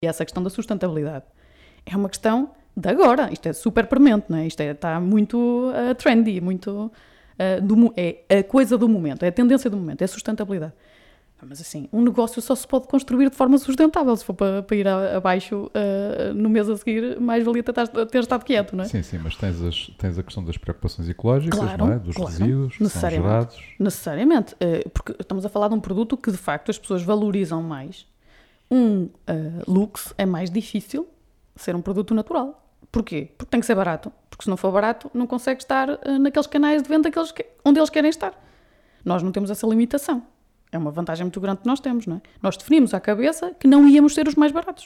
E essa questão da sustentabilidade é uma questão de agora. Isto é super premente, não é? Isto está muito trendy, muito... é a coisa do momento, é a tendência do momento, é a sustentabilidade. Mas assim, um negócio só se pode construir de forma sustentável. Se for para ir abaixo no mês a seguir, mais valia ter estado quieto, não é? Sim, mas tens a questão das preocupações ecológicas, claro, não é? Dos resíduos que são gerados. Necessariamente, porque estamos a falar de um produto que de facto as pessoas valorizam mais. Luxe é mais difícil ser um produto natural. Porquê? Porque tem que ser barato. Porque se não for barato, não consegue estar naqueles canais de venda onde eles querem estar. Nós não temos essa limitação. É uma vantagem muito grande que nós temos, não é? Nós definimos à cabeça que não íamos ser os mais baratos.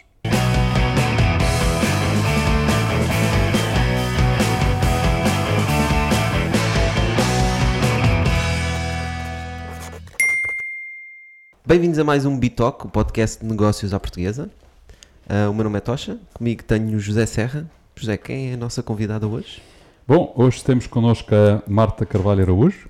Bem-vindos a mais um Bitalk, o podcast de negócios à portuguesa. O meu nome é Tocha, comigo tenho o José Serra. José, quem é a nossa convidada hoje? Bom, hoje temos connosco a Marta Carvalho Araújo.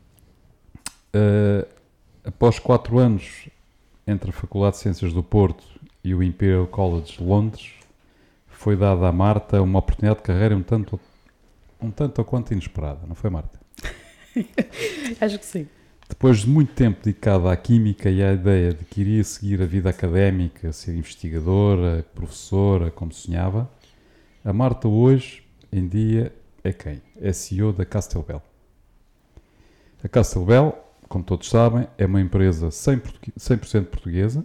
Após 4 anos entre a Faculdade de Ciências do Porto e o Imperial College de Londres, foi dada à Marta uma oportunidade de carreira um tanto ou quanto inesperada, não foi, Marta? Acho que sim. Depois de muito tempo dedicado à química e à ideia de que iria seguir a vida académica, ser investigadora, professora, como sonhava, a Marta hoje em dia é quem? É CEO da Castelbel. A Castelbel, como todos sabem, é uma empresa 100% portuguesa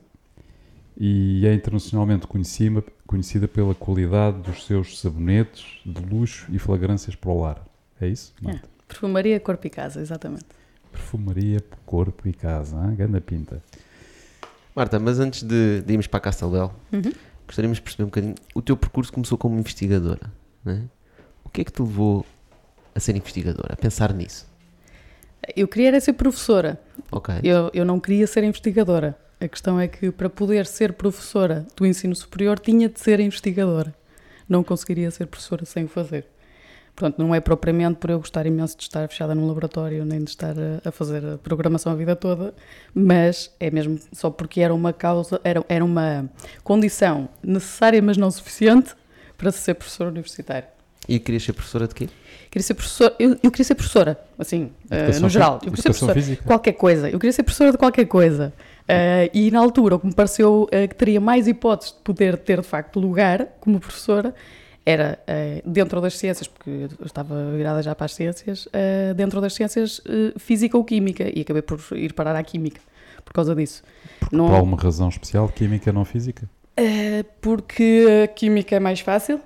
e é internacionalmente conhecida pela qualidade dos seus sabonetes de luxo e fragrâncias para o lar. É isso, Marta? Perfumaria, corpo e casa, exatamente. Perfumaria, corpo e casa, hein? Ganda pinta. Marta, mas antes de irmos para a Castelbel, gostaríamos de perceber um bocadinho. O teu percurso começou como investigadora, não é? O que é que te levou a ser investigadora, a pensar nisso? Eu queria era ser professora. Ok. Eu não queria ser investigadora. A questão é que para poder ser professora do ensino superior tinha de ser investigadora. Não conseguiria ser professora sem o fazer. Portanto, não é propriamente por eu gostar imenso de estar fechada num laboratório, nem de estar a fazer a programação a vida toda, mas é mesmo só porque era uma causa, era uma condição necessária, mas não suficiente para ser professora universitária. E querias ser professora de quê? Queria ser professora, eu queria ser professora, assim, no geral. Eu queria ser professora de qualquer coisa. Eu queria ser professora de qualquer coisa. E na altura, o que me pareceu que teria mais hipóteses de poder ter, de facto, lugar como professora, era dentro das ciências, porque eu estava virada já para as ciências, dentro das ciências física ou química, e acabei por ir parar à química, por causa disso. Por alguma razão especial, química não física? Porque a química é mais fácil.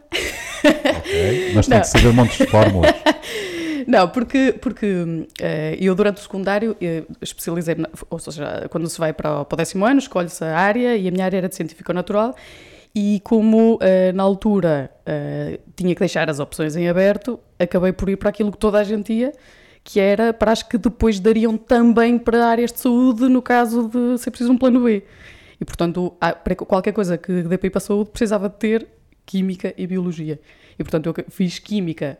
Ok, mas tem que saber montes de fórmulas. Não, porque eu durante o secundário especializei-me, ou seja, quando se vai para o 10º ano, escolhe-se a área, e a minha área era de científico-natural, e como na altura tinha que deixar as opções em aberto, acabei por ir para aquilo que toda a gente ia, que era para as que depois dariam também para áreas de saúde, no caso de ser preciso um plano B. E, portanto, para qualquer coisa que dê para ir para a saúde, precisava de ter química e biologia. E, portanto, eu fiz química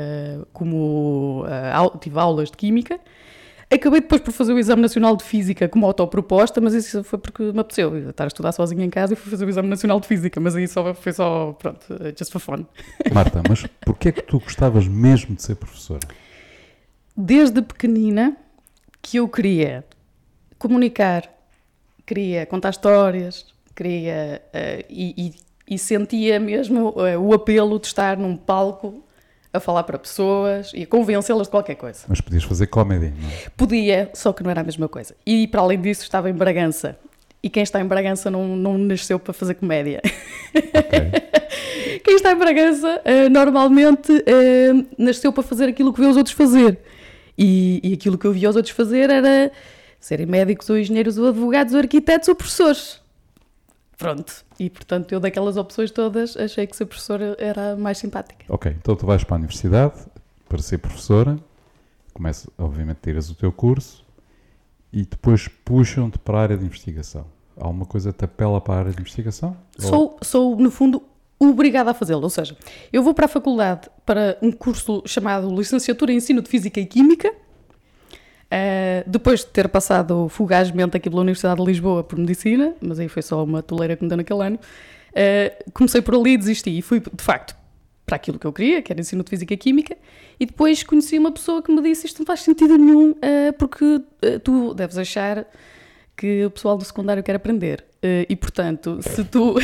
tive aulas de química. Acabei depois por fazer o Exame Nacional de Física como autoproposta, mas isso foi porque me apeteceu estar a estudar sozinha em casa e fui fazer o Exame Nacional de Física, mas aí foi só, pronto, just for fun. Marta, mas porquê é que tu gostavas mesmo de ser professora? Desde pequenina que eu queria comunicar, queria contar histórias, queria e sentia mesmo o apelo de estar num palco a falar para pessoas e a convencê-las de qualquer coisa. Mas podias fazer comedy, não é? Podia, só que não era a mesma coisa. E para além disso estava em Bragança. E quem está em Bragança não nasceu para fazer comédia. Okay. Quem está em Bragança normalmente nasceu para fazer aquilo que vê os outros fazer. E aquilo que eu via os outros fazer era serem médicos ou engenheiros ou advogados ou arquitetos ou professores. Pronto. E, portanto, eu daquelas opções todas achei que ser professora era a mais simpática. Ok, então tu vais para a universidade para ser professora, começas, obviamente, tiras o teu curso e depois puxam-te para a área de investigação. Alguma coisa te apela para a área de investigação? Sou, no fundo, obrigada a fazê-lo. Ou seja, eu vou para a faculdade para um curso chamado Licenciatura em Ensino de Física e Química. Depois de ter passado fugazmente aqui pela Universidade de Lisboa por Medicina, mas aí foi só uma toleira que me deu naquele ano, Comecei por ali e desisti. E fui, de facto, para aquilo que eu queria, que era ensino de Física e Química. E depois conheci uma pessoa que me disse: isto não faz sentido nenhum, porque tu deves achar que o pessoal do secundário quer aprender. E, portanto, se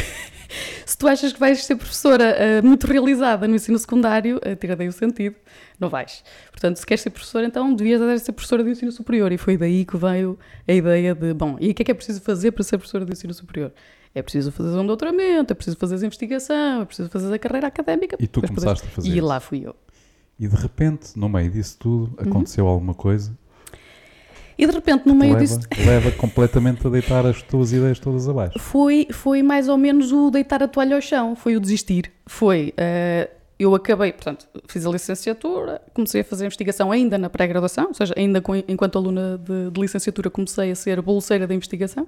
tu achas que vais ser professora muito realizada no ensino secundário, tira daí o sentido, não vais. Portanto, se queres ser professora, então devias ser professora do ensino superior. E foi daí que veio a ideia de, bom, e o que é preciso fazer para ser professora do ensino superior? É preciso fazer um doutoramento, é preciso fazer a investigação, é preciso fazer a carreira académica. E tu começaste a fazer E isso. lá fui eu. E de repente, no meio disso tudo, aconteceu alguma coisa E de repente, no meio que disso... leva completamente a deitar as tuas ideias todas abaixo. Foi mais ou menos o deitar a toalha ao chão, foi o desistir. Eu acabei, portanto, fiz a licenciatura, comecei a fazer investigação ainda na pré-graduação, ou seja, ainda enquanto aluna de licenciatura comecei a ser bolseira da investigação,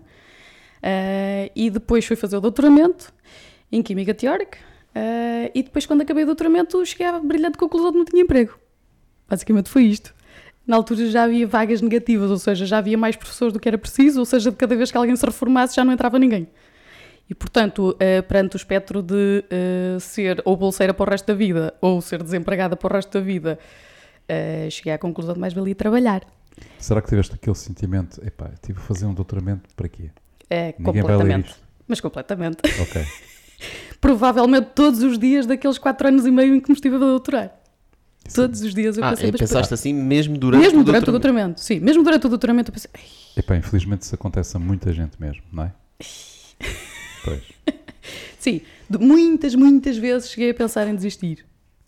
e depois fui fazer o doutoramento em Química Teórica, e depois, quando acabei o doutoramento, cheguei à brilhante conclusão de que não tinha emprego. Basicamente foi isto. Na altura já havia vagas negativas, ou seja, já havia mais professores do que era preciso, ou seja, de cada vez que alguém se reformasse já não entrava ninguém. E, portanto, perante o espectro de ser ou bolseira para o resto da vida ou ser desempregada para o resto da vida, cheguei à conclusão de mais valia trabalhar. Será que tiveste aquele sentimento, epá, tive a fazer um doutoramento para quê? Ninguém vai ler Completamente. isto. Mas completamente. Ok. Provavelmente todos os dias daqueles 4 anos e meio em que me estive a doutorar. Todos os dias eu pensei... e mas pensaste assim mesmo durante mesmo o durante o doutoramento? doutoramento. Sim, mesmo durante o doutoramento eu pensei... "Ai, Epá, infelizmente isso acontece a muita gente mesmo, não é? Pois. sim, muitas vezes cheguei a pensar em desistir.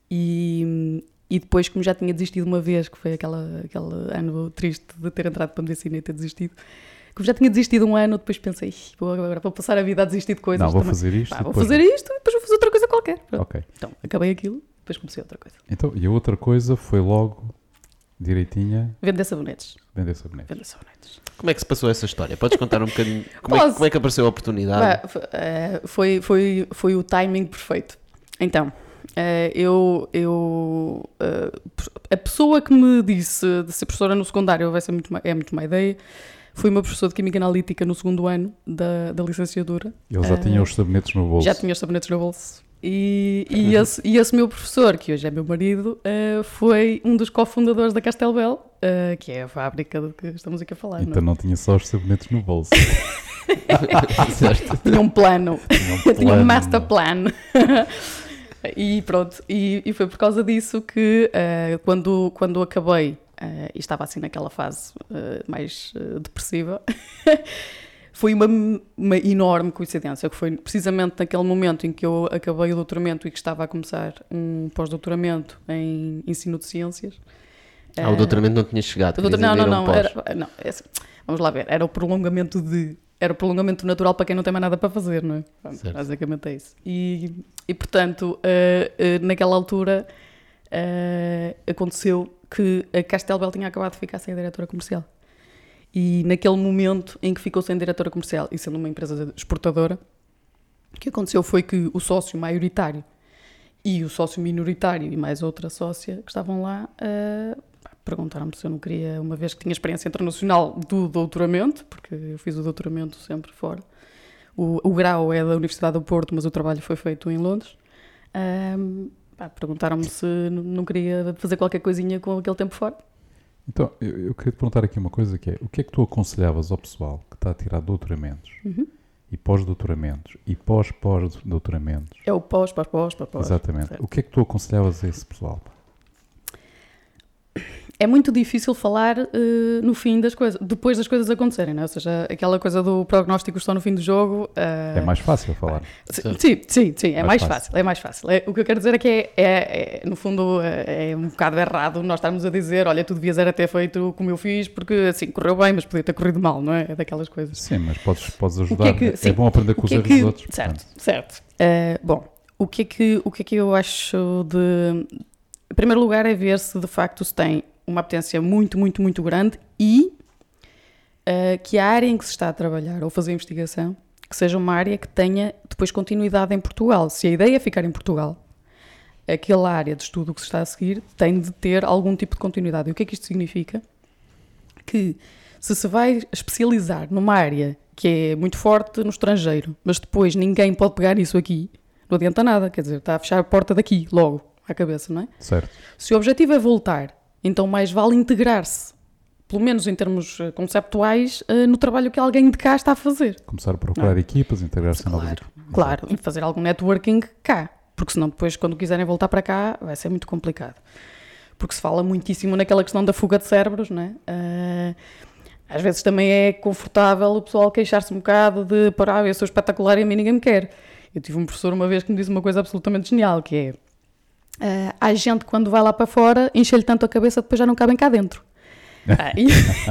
E depois, como já tinha desistido uma vez, que foi aquele ano triste de ter entrado para a medicina e ter desistido, como já tinha desistido um ano, depois pensei, agora vou passar a vida a desistir de coisas. Não, vou também. fazer isto. Vou depois fazer isto e depois vou fazer outra coisa qualquer. Pronto. Ok. Então, acabei aquilo, depois comecei outra coisa. Então, e a outra coisa foi logo, direitinha, Vender sabonetes. vender sabonetes. Vender sabonetes. Como é que se passou essa história? Podes contar um bocadinho Posso. como é que apareceu a oportunidade? Foi o timing perfeito. Então, a pessoa que me disse de ser professora no secundário é muito má ideia. Fui uma professora de Química Analítica no segundo ano da licenciatura. Ele já tinha os sabonetes no bolso. Já tinha os sabonetes no bolso. E esse meu professor, que hoje é meu marido, foi um dos cofundadores da Castelbel, que é a fábrica de que estamos aqui a falar. Então não tinha só os sabonetes no bolso. Certo. Tinha um plano. Tinha um plano, master não. plan. E pronto, e foi por causa disso que quando acabei, e estava assim naquela fase mais depressiva, foi uma enorme coincidência, que foi precisamente naquele momento em que eu acabei o doutoramento e que estava a começar um pós-doutoramento em ensino de ciências. O doutoramento não tinha chegado. Não, vamos lá ver, era o prolongamento natural para quem não tem mais nada para fazer, não é? Pronto, basicamente é isso. E portanto, naquela altura, aconteceu que a Castelbel tinha acabado de ficar sem a diretora comercial. E naquele momento em que ficou sem diretora comercial e sendo uma empresa exportadora, o que aconteceu foi que o sócio maioritário e o sócio minoritário e mais outra sócia que estavam lá perguntaram-me se eu não queria, uma vez que tinha experiência internacional do doutoramento, porque eu fiz o doutoramento sempre fora. O grau é da Universidade do Porto, mas o trabalho foi feito em Londres. Perguntaram-me se não queria fazer qualquer coisinha com aquele tempo fora. Então, eu queria te perguntar aqui uma coisa que é, o que é que tu aconselhavas ao pessoal que está a tirar doutoramentos e pós-doutoramentos e pós-doutoramentos? É o pós. Exatamente. Certo. O que é que tu aconselhavas a esse pessoal? É muito difícil falar no fim das coisas, depois das coisas acontecerem, não é? Ou seja, aquela coisa do prognóstico só no fim do jogo... É mais fácil falar. Sim, é mais fácil. É mais fácil. O que eu quero dizer é que no fundo, é um bocado errado nós estarmos a dizer, olha, tu devias era ter feito como eu fiz, porque assim, correu bem, mas podia ter corrido mal, não é? É daquelas coisas. Sim, mas podes ajudar. É bom aprender com os erros dos outros. Certo. Bom, o que é que eu acho de... Em primeiro lugar é ver se de facto se tem uma apetência muito, muito, muito grande e que a área em que se está a trabalhar ou fazer investigação, que seja uma área que tenha depois continuidade em Portugal. Se a ideia é ficar em Portugal, aquela área de estudo que se está a seguir tem de ter algum tipo de continuidade. E o que é que isto significa? Que se vai especializar numa área que é muito forte no estrangeiro, mas depois ninguém pode pegar isso aqui, não adianta nada, quer dizer, está a fechar a porta daqui, logo, à cabeça, não é? Certo. Se o objetivo é voltar, então mais vale integrar-se, pelo menos em termos conceptuais, no trabalho que alguém de cá está a fazer. Começar a procurar equipas, integrar-se em novas equipas. Claro, e fazer algum networking cá, porque senão depois, quando quiserem voltar para cá, vai ser muito complicado. Porque se fala muitíssimo naquela questão da fuga de cérebros, não é? Às vezes também é confortável o pessoal queixar-se um bocado de eu sou espetacular e a mim ninguém me quer. Eu tive um professor uma vez que me disse uma coisa absolutamente genial, que é há gente que quando vai lá para fora enche-lhe tanto a cabeça depois já não cabem cá dentro. E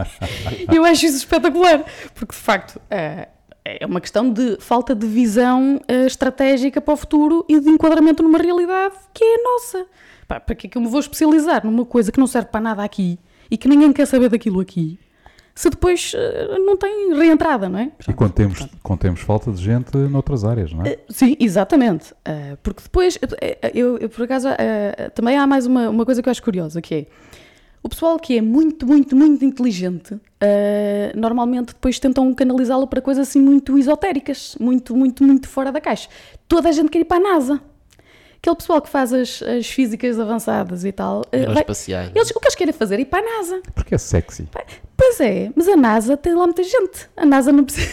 eu acho isso espetacular, porque de facto é uma questão de falta de visão estratégica para o futuro e de enquadramento numa realidade que é a nossa. Para que é que eu me vou especializar numa coisa que não serve para nada aqui e que ninguém quer saber daquilo aqui, se depois não tem reentrada, não é? E quando temos falta de gente noutras áreas, não é? Sim, exatamente. Porque depois, eu por acaso, também há mais uma coisa que eu acho curiosa, que é o pessoal que é muito, muito, muito inteligente, normalmente depois tentam canalizá-lo para coisas assim muito esotéricas, muito, muito, muito fora da caixa. Toda a gente quer ir para a NASA. Aquele pessoal que faz as físicas avançadas e tal. Espaciais. O que eles querem fazer é ir para a NASA. Porque é sexy. Pois é, mas a NASA tem lá muita gente. A NASA não precisa.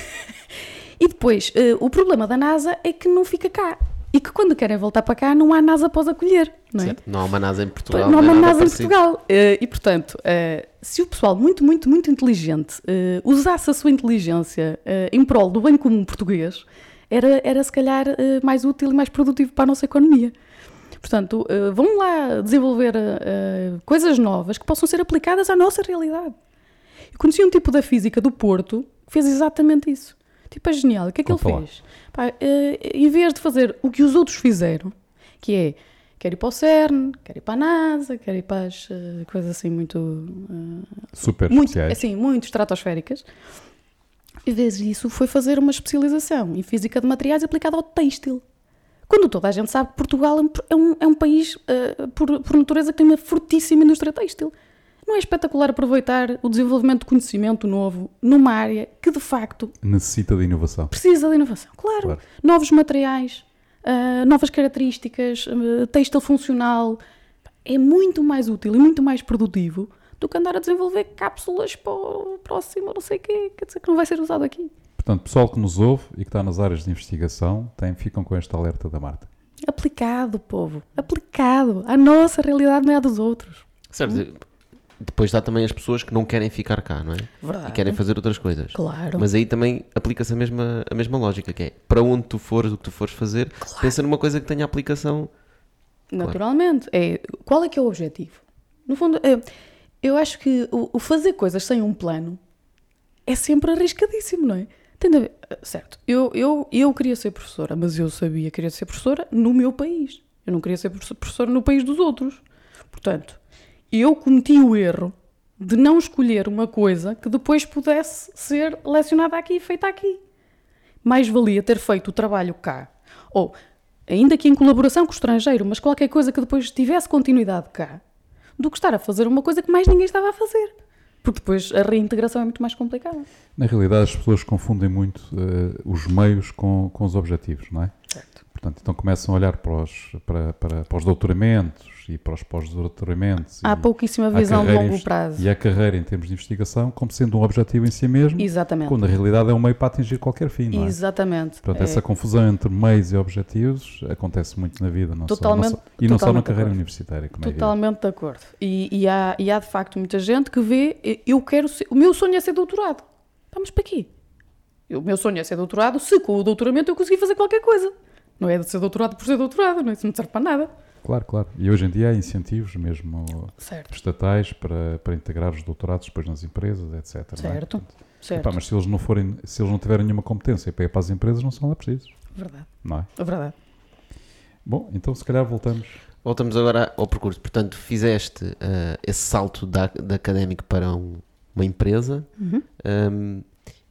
E depois, o problema da NASA é que não fica cá. E que quando querem voltar para cá, não há NASA para os acolher. Não é? Certo. Não há uma NASA em Portugal. Não há uma NASA em Portugal. E portanto, se o pessoal muito, muito, muito inteligente usasse a sua inteligência em prol do bem comum português, era se calhar mais útil e mais produtivo para a nossa economia. Portanto, vamos lá desenvolver coisas novas que possam ser aplicadas à nossa realidade. Eu conheci um tipo da física do Porto que fez exatamente isso. Tipo, é genial. O que é que ele fez? Em vez de fazer o que os outros fizeram, que é, quer ir para o CERN, quer ir para a NASA, quer ir para as coisas assim muito... super muito, especiais. assim, muito estratosféricas. Em vez disso, foi fazer uma especialização em física de materiais aplicada ao têxtil. Quando toda a gente sabe que Portugal é um país, por natureza, que tem uma fortíssima indústria têxtil. Não é espetacular aproveitar o desenvolvimento de conhecimento novo numa área que, de facto... necessita de inovação. Precisa de inovação, claro. Novos materiais, novas características, têxtil funcional. É muito mais útil e muito mais produtivo do que andar a desenvolver cápsulas para o próximo, não sei o quê, quer dizer que não vai ser usado aqui. Portanto, pessoal que nos ouve e que está nas áreas de investigação, ficam com este alerta da Marta. Aplicado, povo. Aplicado. A nossa realidade não é a dos outros. Certo. Depois há também as pessoas que não querem ficar cá, não é? Verdade. E querem fazer outras coisas. Claro. Mas aí também aplica-se a mesma lógica, que é para onde tu fores, o que tu fores fazer, pensa numa coisa que tenha aplicação. Naturalmente. Qual é que é o objetivo? No fundo, eu acho que o fazer coisas sem um plano é sempre arriscadíssimo, não é? Tem a ver, certo, eu queria ser professora, mas eu sabia que queria ser professora no meu país. Eu não queria ser professora no país dos outros. Portanto, eu cometi o erro de não escolher uma coisa que depois pudesse ser lecionada aqui e feita aqui. Mais valia ter feito o trabalho cá, ou ainda que em colaboração com o estrangeiro, mas qualquer coisa que depois tivesse continuidade cá, do que estar a fazer uma coisa que mais ninguém estava a fazer. Porque depois a reintegração é muito mais complicada. Na realidade, as pessoas confundem muito os meios com os objetivos, não é? Certo. Portanto, então começam a olhar para os doutoramentos e para os pós-doutoramentos. Há pouquíssima visão de longo prazo. E a carreira em termos de investigação como sendo um objetivo em si mesmo. Exatamente. Quando na realidade é um meio para atingir qualquer fim, não é? Exatamente. Portanto, essa confusão entre meios e objetivos acontece muito na vida, não totalmente, só na carreira universitária. Como totalmente de acordo. E há de facto muita gente que vê, o meu sonho é ser doutorado. Vamos para quê? O meu sonho é ser doutorado se com o doutoramento eu conseguir fazer qualquer coisa. Não é de ser doutorado por ser doutorado, não é? Isso não serve para nada. Claro, claro. E hoje em dia há incentivos mesmo estatais para integrar os doutorados depois nas empresas, etc. Certo, não é? Portanto, certo. Mas se eles não tiverem nenhuma competência para ir para as empresas, não são lá precisos. Verdade. Não é? É verdade. Bom, então se calhar voltamos. Voltamos agora ao percurso. Portanto, fizeste esse salto da académico para uma empresa. Uhum.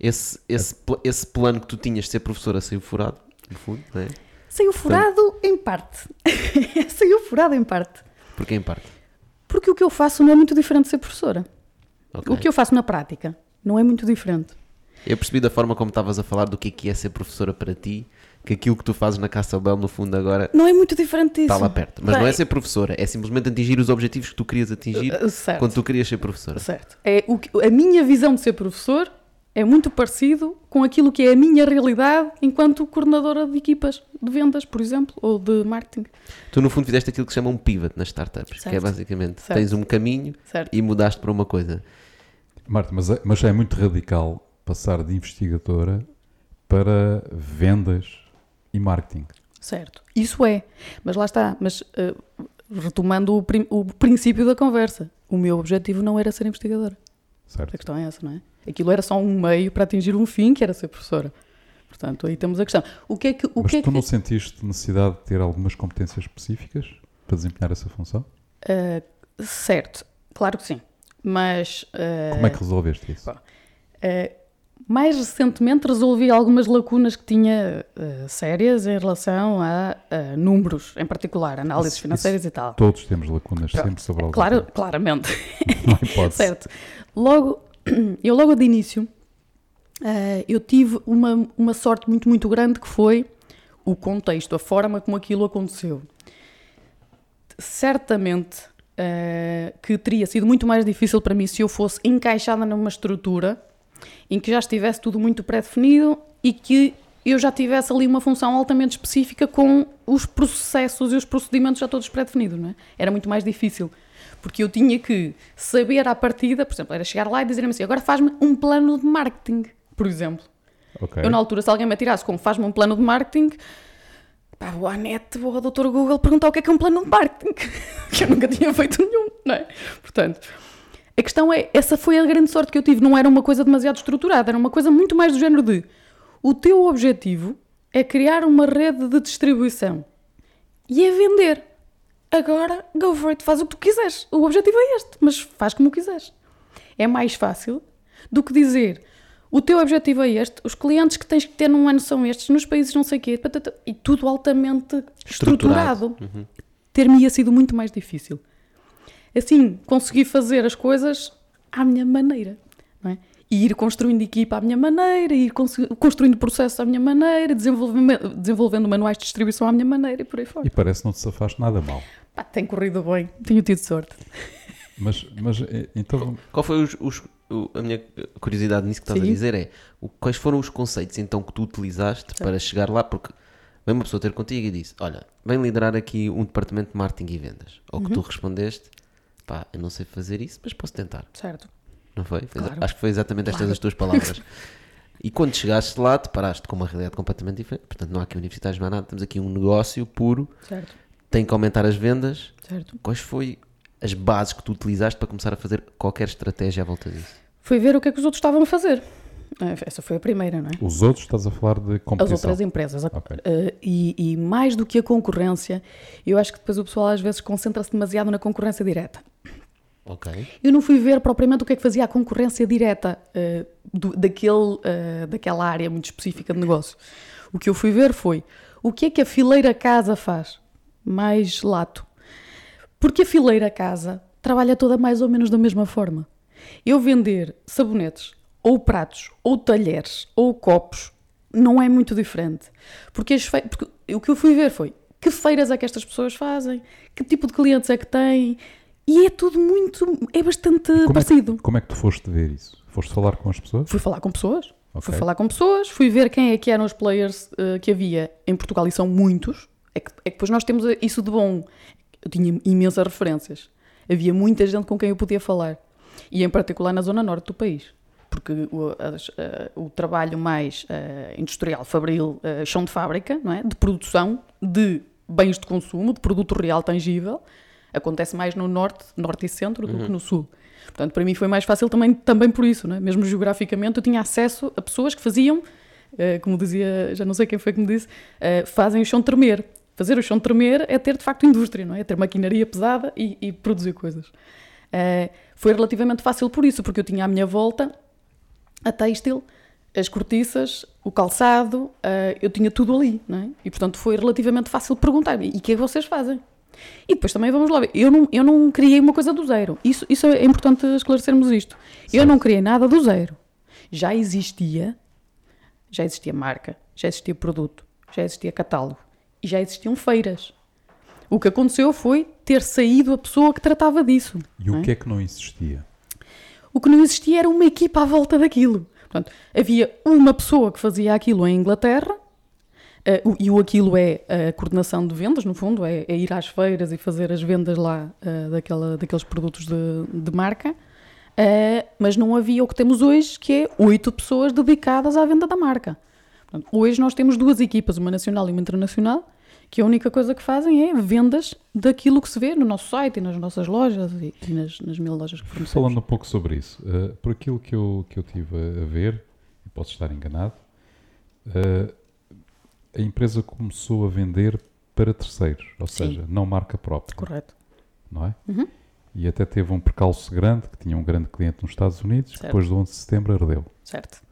Esse plano que tu tinhas de ser professora saiu furado, no fundo, não é? Saiu furado em parte. Saiu furado em parte. Porquê em parte? Porque o que eu faço não é muito diferente de ser professora. Okay. O que eu faço na prática Não é muito diferente. Eu percebi da forma como estavas a falar do que é ser professora para ti, que aquilo que tu fazes na Castlebell, no fundo, agora Não é muito diferente disso. está lá perto. Mas Bem, não é ser professora, é simplesmente atingir os objetivos que tu querias atingir certo. quando tu querias ser professora. Certo. A minha visão de ser professor é muito parecido com aquilo que é a minha realidade enquanto coordenadora de equipas de vendas, por exemplo, ou de marketing. Tu, no fundo, fizeste aquilo que se chama um pivot nas startups, que é Certo. basicamente, Certo. tens um caminho Certo. e mudaste para uma coisa. Marta, mas é muito radical passar de investigadora para vendas e marketing. Certo. Isso é. Mas lá está. Mas retomando o princípio da conversa, o meu objetivo não era ser investigadora. Certo? A questão é essa, não é? Aquilo era só um meio para atingir um fim, que era ser professora. Portanto, aí temos a questão. Mas tu não sentiste necessidade de ter algumas competências específicas para desempenhar essa função? Certo. Claro que sim. Mas... Como é que resolveste isso? mais recentemente resolvi algumas lacunas que tinha sérias em relação a números, em particular, análises financeiras e tal. Todos temos lacunas sempre sobre algo. Claro, claramente. Não há hipótese. Certo. Logo de início, eu tive uma sorte muito, muito grande, que foi o contexto, a forma como aquilo aconteceu. Certamente que teria sido muito mais difícil para mim se eu fosse encaixada numa estrutura em que já estivesse tudo muito pré-definido e que eu já tivesse ali uma função altamente específica com os processos e os procedimentos já todos pré-definidos, não é? Era muito mais difícil, porque eu tinha que saber à partida, por exemplo, era chegar lá e dizer-me assim, agora faz-me um plano de marketing, por exemplo. Okay. Eu, na altura, se alguém me atirasse com faz-me um plano de marketing, pá, vou à net, vou ao Dr. Google perguntar o que é um plano de marketing, que eu nunca tinha feito nenhum, não é? Portanto, a questão é, essa foi a grande sorte que eu tive, não era uma coisa demasiado estruturada, era uma coisa muito mais do género de, o teu objetivo é criar uma rede de distribuição e é vender. Agora, go for it, faz o que tu quiseres. O objetivo é este, mas faz como quiseres. É mais fácil do que dizer, o teu objetivo é este, os clientes que tens que ter num ano são estes, nos países não sei o quê, e tudo altamente estruturado. Uhum. Ter-me-ia sido muito mais difícil. Assim, consegui fazer as coisas à minha maneira, não é? E ir construindo equipa à minha maneira, ir construindo processos à minha maneira, desenvolvendo manuais de distribuição à minha maneira e por aí fora. E parece que não te safaste nada mal. Pá, tem corrido bem, tenho tido sorte. Mas então... Qual foi a minha curiosidade nisso que estás a Sim. dizer é, quais foram os conceitos então que tu utilizaste para chegar lá, porque vem uma pessoa ter contigo e diz, olha, vem liderar aqui um departamento de marketing e vendas. Ou que tu respondeste, pá, eu não sei fazer isso, mas posso tentar. Certo. Não foi? Claro. Acho que foi exatamente estas Claro. as tuas palavras. E quando chegaste lá, te paraste com uma realidade completamente diferente. Portanto, não há aqui universitários, não há nada. Temos aqui um negócio puro, Certo. tem que aumentar as vendas. Certo. Quais foi as bases que tu utilizaste para começar a fazer qualquer estratégia à volta disso? Foi ver o que é que os outros estavam a fazer. Essa foi a primeira, não é? Os outros, estás a falar de As competição. outras empresas. Ok. E mais do que a concorrência, eu acho que depois o pessoal às vezes concentra-se demasiado na concorrência direta. Ok. Eu não fui ver propriamente o que é que fazia a concorrência direta daquela área muito específica de negócio. O que eu fui ver foi o que é que a fileira casa faz, mais lato. Porque a fileira casa trabalha toda mais ou menos da mesma forma. Eu vender sabonetes, ou pratos, ou talheres, ou copos, não é muito diferente. Porque o que eu fui ver foi que feiras é que estas pessoas fazem, que tipo de clientes é que têm, e é bastante parecido. Como é que tu foste ver isso? Foste falar com as pessoas? Fui falar com pessoas, Ok. fui ver quem é que eram os players que havia em Portugal, e são muitos. É que depois nós temos isso de bom. Eu tinha imensas referências. Havia muita gente com quem eu podia falar. E em particular na zona norte do país. Porque o trabalho mais industrial, fabril, chão de fábrica, não é? De produção de bens de consumo, de produto real tangível, acontece mais no norte e centro do que no sul. Portanto, para mim foi mais fácil também por isso, não é? Mesmo geograficamente eu tinha acesso a pessoas que faziam, como dizia, já não sei quem foi que me disse, fazem o chão tremer. Fazer o chão tremer é ter de facto indústria, não é? É ter maquinaria pesada e produzir coisas. Foi relativamente fácil por isso, porque eu tinha à minha volta a têxtil, as cortiças, o calçado, eu tinha tudo ali, não é? E portanto foi relativamente fácil perguntar-me, e o que é que vocês fazem? E depois também vamos lá ver, eu não criei uma coisa do zero, isso é importante esclarecermos isto. Certo. Eu não criei nada do zero, já existia marca, já existia produto, já existia catálogo e já existiam feiras. O que aconteceu foi ter saído a pessoa que tratava disso. E o que é que não existia? O que não existia era uma equipa à volta daquilo. Portanto, havia uma pessoa que fazia aquilo em Inglaterra, e o aquilo é a coordenação de vendas, no fundo, é ir às feiras e fazer as vendas lá daqueles produtos de marca, mas não havia o que temos hoje, que é 8 pessoas dedicadas à venda da marca. Portanto, hoje nós temos 2 equipas, uma nacional e uma internacional, que a única coisa que fazem é vendas daquilo que se vê no nosso site e nas nossas lojas e nas 1000 lojas que fornecemos. Falando um pouco sobre isso, por aquilo que eu tive a ver, e posso estar enganado, a empresa começou a vender para terceiros, ou seja, não marca própria. Correto. Não é? Uhum. E até teve um percalço grande, que tinha um grande cliente nos Estados Unidos, que depois do 11 de setembro ardeu. Certo.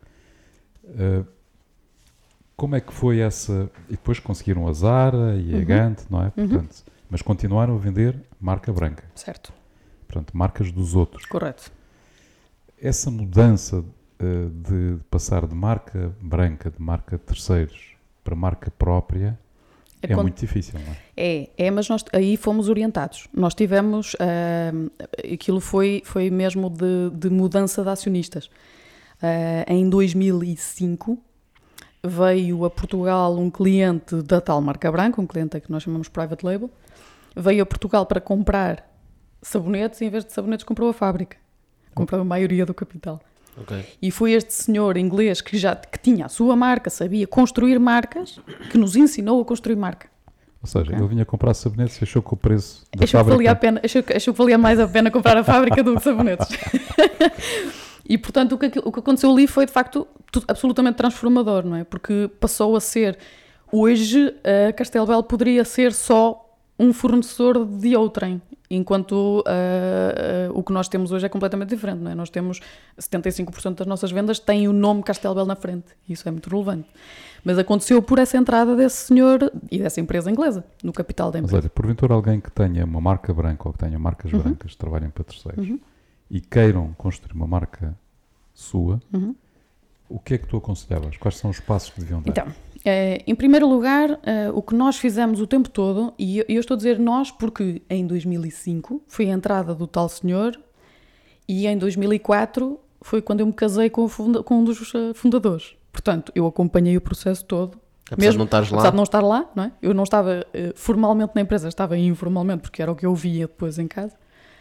Como é que foi essa... E depois conseguiram a Zara e a Gant, não é? Portanto, mas continuaram a vender marca branca. Certo. Portanto, marcas dos outros. Correto. Essa mudança de passar de marca branca, de marca de terceiros, para marca própria, é muito difícil, não é? É, mas nós aí fomos orientados. Nós tivemos... aquilo foi mesmo de mudança de acionistas. Em 2005... veio a Portugal um cliente da tal marca branca, um cliente que nós chamamos Private Label, veio a Portugal para comprar sabonetes e em vez de sabonetes comprou a fábrica. Comprou a maioria do capital. Okay. E foi este senhor inglês que tinha a sua marca, sabia construir marcas, que nos ensinou a construir marca. Ou seja, ele vinha comprar sabonetes e achou que o preço da achou fábrica... Achou que valia mais a pena comprar a fábrica do que sabonetes. E, portanto, o que aconteceu ali foi, de facto, absolutamente transformador, não é? Porque passou a ser... Hoje, a Castelbel poderia ser só um fornecedor de outrem, enquanto o que nós temos hoje é completamente diferente, não é? Nós temos 75% das nossas vendas têm o nome Castelbel na frente. Isso é muito relevante. Mas aconteceu por essa entrada desse senhor e dessa empresa inglesa, no capital da empresa. Mas olha, porventura alguém que tenha uma marca branca ou que tenha marcas brancas que trabalhem para terceiros e queiram construir uma marca sua, o que é que tu aconselhavas? Quais são os passos que deviam dar? Então, em primeiro lugar, o que nós fizemos o tempo todo, e eu estou a dizer nós porque em 2005 foi a entrada do tal senhor e em 2004 foi quando eu me casei com um dos fundadores. Portanto, eu acompanhei o processo todo. Apesar de não estares lá. Apesar de não estar lá, não é? Eu não estava formalmente na empresa, estava informalmente porque era o que eu via depois em casa.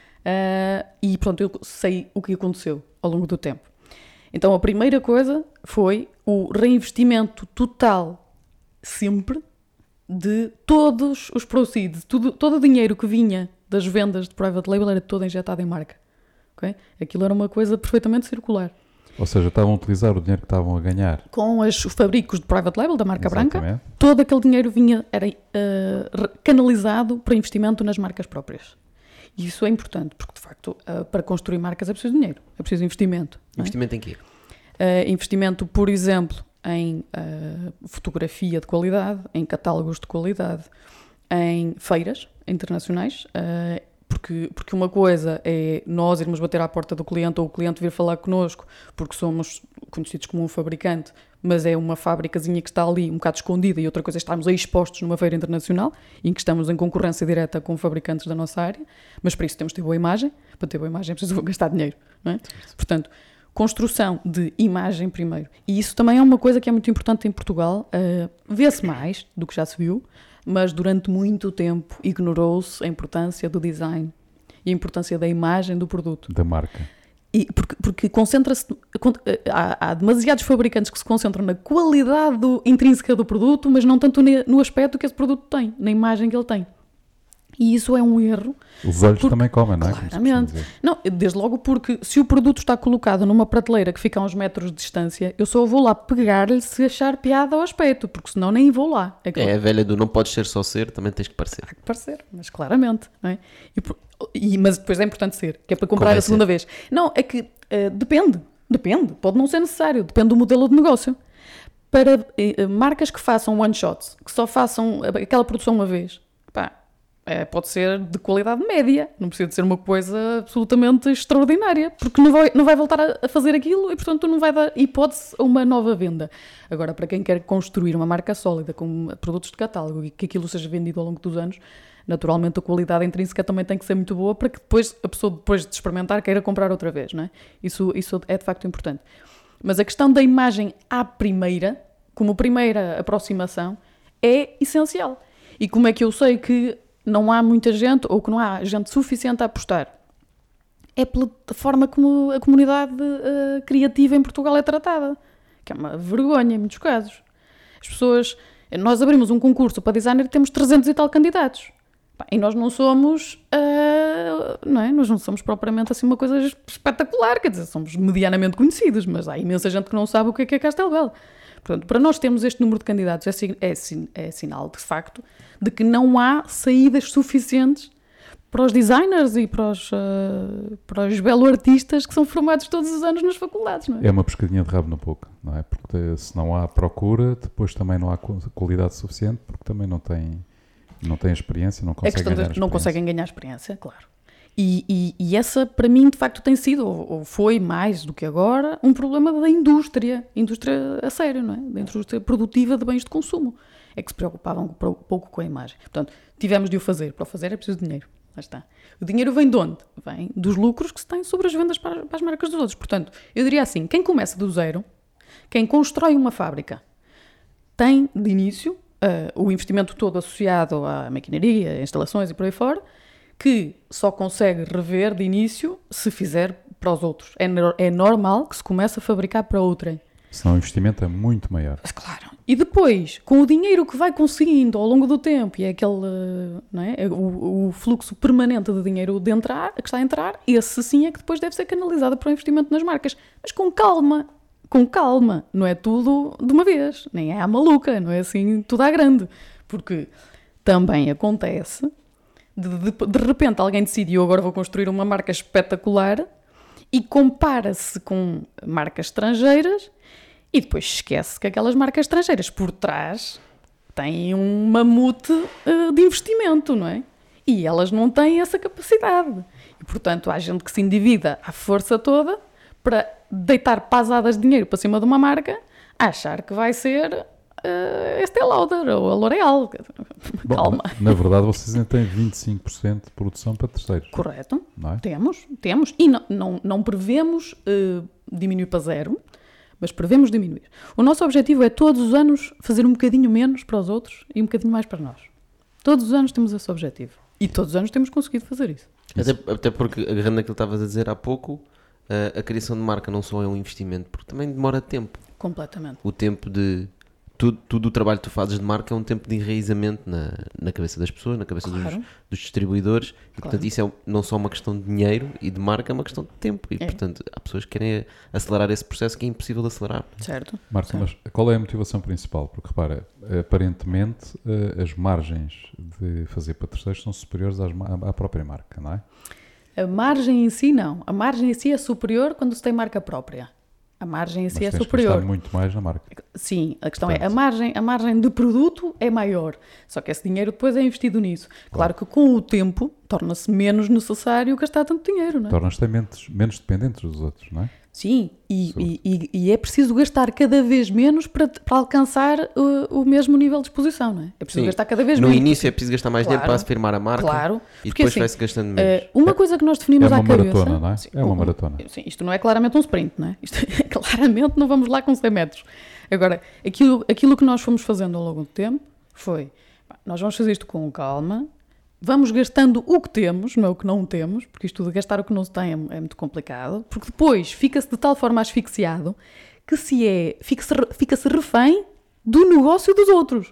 E pronto, eu sei o que aconteceu ao longo do tempo. Então a primeira coisa foi o reinvestimento total, sempre, de todos os proceeds, todo o dinheiro que vinha das vendas de private label era todo injetado em marca. Okay? Aquilo era uma coisa perfeitamente circular. Ou seja, estavam a utilizar o dinheiro que estavam a ganhar com os fabricos de private label da marca Exatamente. branca, todo aquele dinheiro era canalizado para investimento nas marcas próprias. E isso é importante, porque de facto para construir marcas é preciso dinheiro, é preciso investimento. Investimento em quê? Investimento, por exemplo, em fotografia de qualidade, em catálogos de qualidade, em feiras internacionais, porque uma coisa é nós irmos bater à porta do cliente ou o cliente vir falar connosco porque somos conhecidos como um fabricante, mas é uma fábricazinha que está ali um bocado escondida, e outra coisa é estarmos aí expostos numa feira internacional em que estamos em concorrência direta com fabricantes da nossa área, mas para isso temos de ter boa imagem. Para ter boa imagem é preciso gastar dinheiro, não é? Portanto, construção de imagem primeiro. E isso também é uma coisa que é muito importante em Portugal. Vê-se mais do que já se viu, mas durante muito tempo ignorou-se a importância do design e a importância da imagem do produto. Da marca. E porque concentra-se... Há demasiados fabricantes que se concentram na qualidade intrínseca do produto, mas não tanto no aspecto que esse produto tem, na imagem que ele tem. E isso é um erro. Os olhos também comem, não é? Claramente. Não, desde logo porque se o produto está colocado numa prateleira que fica a uns metros de distância, eu só vou lá pegar-lhe se achar piada ao aspecto, porque senão nem vou lá. É a velha do não podes ser só ser, também tens que parecer. Há que parecer, mas claramente. Não é? Mas depois é importante ser, que é para comprar a segunda vez. Não, é que depende, pode não ser necessário, depende do modelo de negócio. Para marcas que façam one shots, que só façam aquela produção uma vez, pá, pode ser de qualidade média, não precisa de ser uma coisa absolutamente extraordinária, porque não vai voltar a fazer aquilo e, portanto, não vai dar hipótese a uma nova venda. Agora, para quem quer construir uma marca sólida com produtos de catálogo e que aquilo seja vendido ao longo dos anos, naturalmente a qualidade intrínseca também tem que ser muito boa para que depois a pessoa, depois de experimentar, queira comprar outra vez, não é? Isso é de facto importante. Mas a questão da imagem à primeira, como primeira aproximação, é essencial. E como é que eu sei que não há muita gente, ou que não há gente suficiente a apostar? É pela forma como a comunidade criativa em Portugal é tratada, que é uma vergonha em muitos casos. As pessoas... Nós abrimos um concurso para designer e temos 300 e tal candidatos. E nós não somos... não é? Nós não somos propriamente assim uma coisa espetacular, quer dizer, somos medianamente conhecidos, mas há imensa gente que não sabe o que é Castelo Belo. Portanto, para nós termos este número de candidatos é sinal, de facto, de que não há saídas suficientes para os designers e para os belo-artistas que são formados todos os anos nas faculdades, não é? É uma pescadinha de rabo na boca, não é? Porque se não há procura, depois também não há qualidade suficiente, porque também não tem experiência, não conseguem ganhar experiência. Não conseguem ganhar experiência, claro. E essa, para mim, de facto, tem sido, ou foi mais do que agora, um problema da indústria a sério, não é? Da indústria produtiva de bens de consumo. É que se preocupavam pouco com a imagem. Portanto, tivemos de o fazer. Para o fazer é preciso dinheiro. Lá está. O dinheiro vem de onde? Vem dos lucros que se têm sobre as vendas para as marcas dos outros. Portanto, eu diria assim, quem começa do zero, quem constrói uma fábrica, tem de início o investimento todo associado à maquinaria, instalações e por aí fora, que só consegue rever de início se fizer para os outros. É normal que se comece a fabricar para outrem. Senão o investimento é muito maior. Claro. E depois, com o dinheiro que vai conseguindo ao longo do tempo, e é aquele, não é? O fluxo permanente de dinheiro que está a entrar, esse sim é que depois deve ser canalizado para o investimento nas marcas. Mas com calma. Com calma. Não é tudo de uma vez. Nem é à maluca. Não é assim tudo à grande. Porque também acontece... De repente alguém decide, eu agora vou construir uma marca espetacular e compara-se com marcas estrangeiras e depois esquece que aquelas marcas estrangeiras por trás têm um mamute de investimento, não é? E elas não têm essa capacidade. E, portanto, há gente que se endivida à força toda para deitar pasadas de dinheiro para cima de uma marca, a achar que vai ser... Estée Lauder ou a L'Oréal. Bom, calma. Na verdade, vocês ainda têm 25% de produção para terceiros. Correto. Não é? Temos. E não prevemos diminuir para zero, mas prevemos diminuir. O nosso objetivo é todos os anos fazer um bocadinho menos para os outros e um bocadinho mais para nós. Todos os anos temos esse objetivo. E todos os anos temos conseguido fazer isso. Até porque, agarrando naquilo que estavas a dizer há pouco, a criação de marca não só é um investimento, porque também demora tempo. Completamente. O tempo de... Tudo o trabalho que tu fazes de marca é um tempo de enraizamento na cabeça das pessoas, na cabeça dos distribuidores. E, portanto, isso é não só uma questão de dinheiro e de marca, é uma questão de tempo. E, portanto, há pessoas que querem acelerar esse processo que é impossível de acelerar. Certo. Marco, mas qual é a motivação principal? Porque, repara, aparentemente as margens de fazer para terceiros são superiores à própria marca, não é? A margem em si, não. A margem em si é superior quando se tem marca própria. A margem em si é superior. Mas muito mais na marca. Sim, a questão é, a margem de produto é maior, só que esse dinheiro depois é investido nisso. Claro que com o tempo torna-se menos necessário gastar tanto dinheiro, não é? Tornas-te menos dependentes dos outros, não é? Sim, e é preciso gastar cada vez menos para alcançar o mesmo nível de exposição, não é? É preciso gastar cada vez menos. No início é preciso gastar mais dinheiro para afirmar a marca e depois assim, vai-se gastando menos. Uma coisa que nós definimos à cabeça... É uma maratona, não é? É uma maratona. Sim, isto não é claramente um sprint, não é? Isto claramente não vamos lá com 100 metros. Agora, aquilo que nós fomos fazendo ao longo do tempo foi, nós vamos fazer isto com calma, vamos gastando o que temos, não é o que não temos, porque isto de gastar o que não se tem é muito complicado, porque depois fica-se de tal forma asfixiado que fica-se refém do negócio dos outros.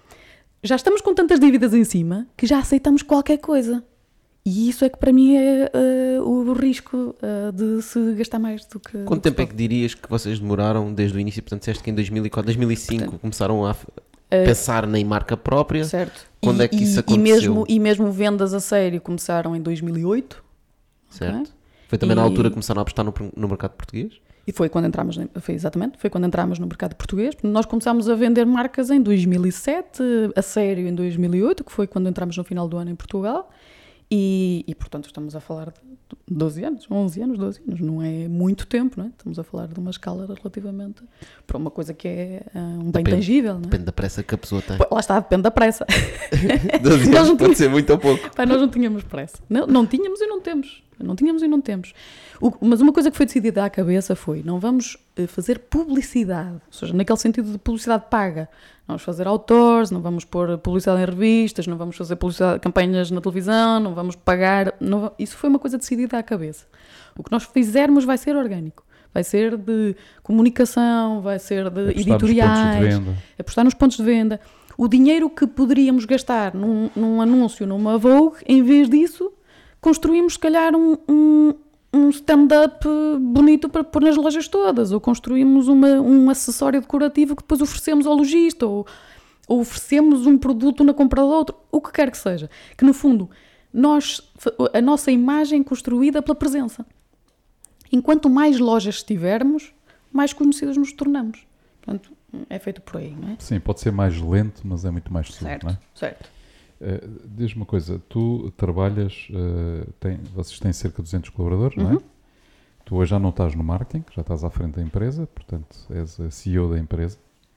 Já estamos com tantas dívidas em cima que já aceitamos qualquer coisa. E isso é que para mim é o risco de se gastar mais do que... Quanto tempo é que dirias que vocês demoraram desde o início? Portanto, disseste que em 2004, 2005 começaram a pensar na marca própria. Certo. Quando é que isso aconteceu? E mesmo vendas a sério começaram em 2008. Certo. Okay? Foi também na altura que começaram a apostar no mercado português? E foi quando entramos, foi quando entramos no mercado português. Nós começámos a vender marcas em 2007, a sério em 2008, que foi quando entramos no final do ano em Portugal. E portanto, estamos a falar de 12 anos, 11 anos, 12 anos. Não é muito tempo, não é? Estamos a falar de uma escala relativamente para uma coisa que é um bem tangível, não é? Depende da pressa que a pessoa tem. Lá está, depende da pressa. 12 anos pode ser muito ou pouco. Pá, nós não tínhamos pressa. Não tínhamos e não temos. Não tínhamos e não temos. Mas uma coisa que foi decidida à cabeça foi: não vamos fazer publicidade, ou seja, naquele sentido de publicidade paga. Não vamos fazer outdoors, não vamos pôr publicidade em revistas, não vamos fazer publicidade, campanhas na televisão, não vamos pagar. Isso foi uma coisa decidida à cabeça. O que nós fizermos vai ser orgânico. Vai ser de comunicação, vai ser de editoriais, apostar nos pontos de venda. O dinheiro que poderíamos gastar num anúncio, numa Vogue, em vez disso, construímos, se calhar, um stand-up bonito para pôr nas lojas todas, ou construímos um acessório decorativo que depois oferecemos ao lojista, ou oferecemos um produto na compra do outro, o que quer que seja. Que, no fundo, a nossa imagem é construída pela presença. Enquanto mais lojas tivermos, mais conhecidos nos tornamos. Portanto, é feito por aí, não é? Sim, pode ser mais lento, mas é muito mais seguro, não é? Certo. Diz-me uma coisa, tu trabalhas, vocês têm cerca de 200 colaboradores, não é? Tu hoje já não estás no marketing, já estás à frente da empresa, portanto és a CEO da empresa.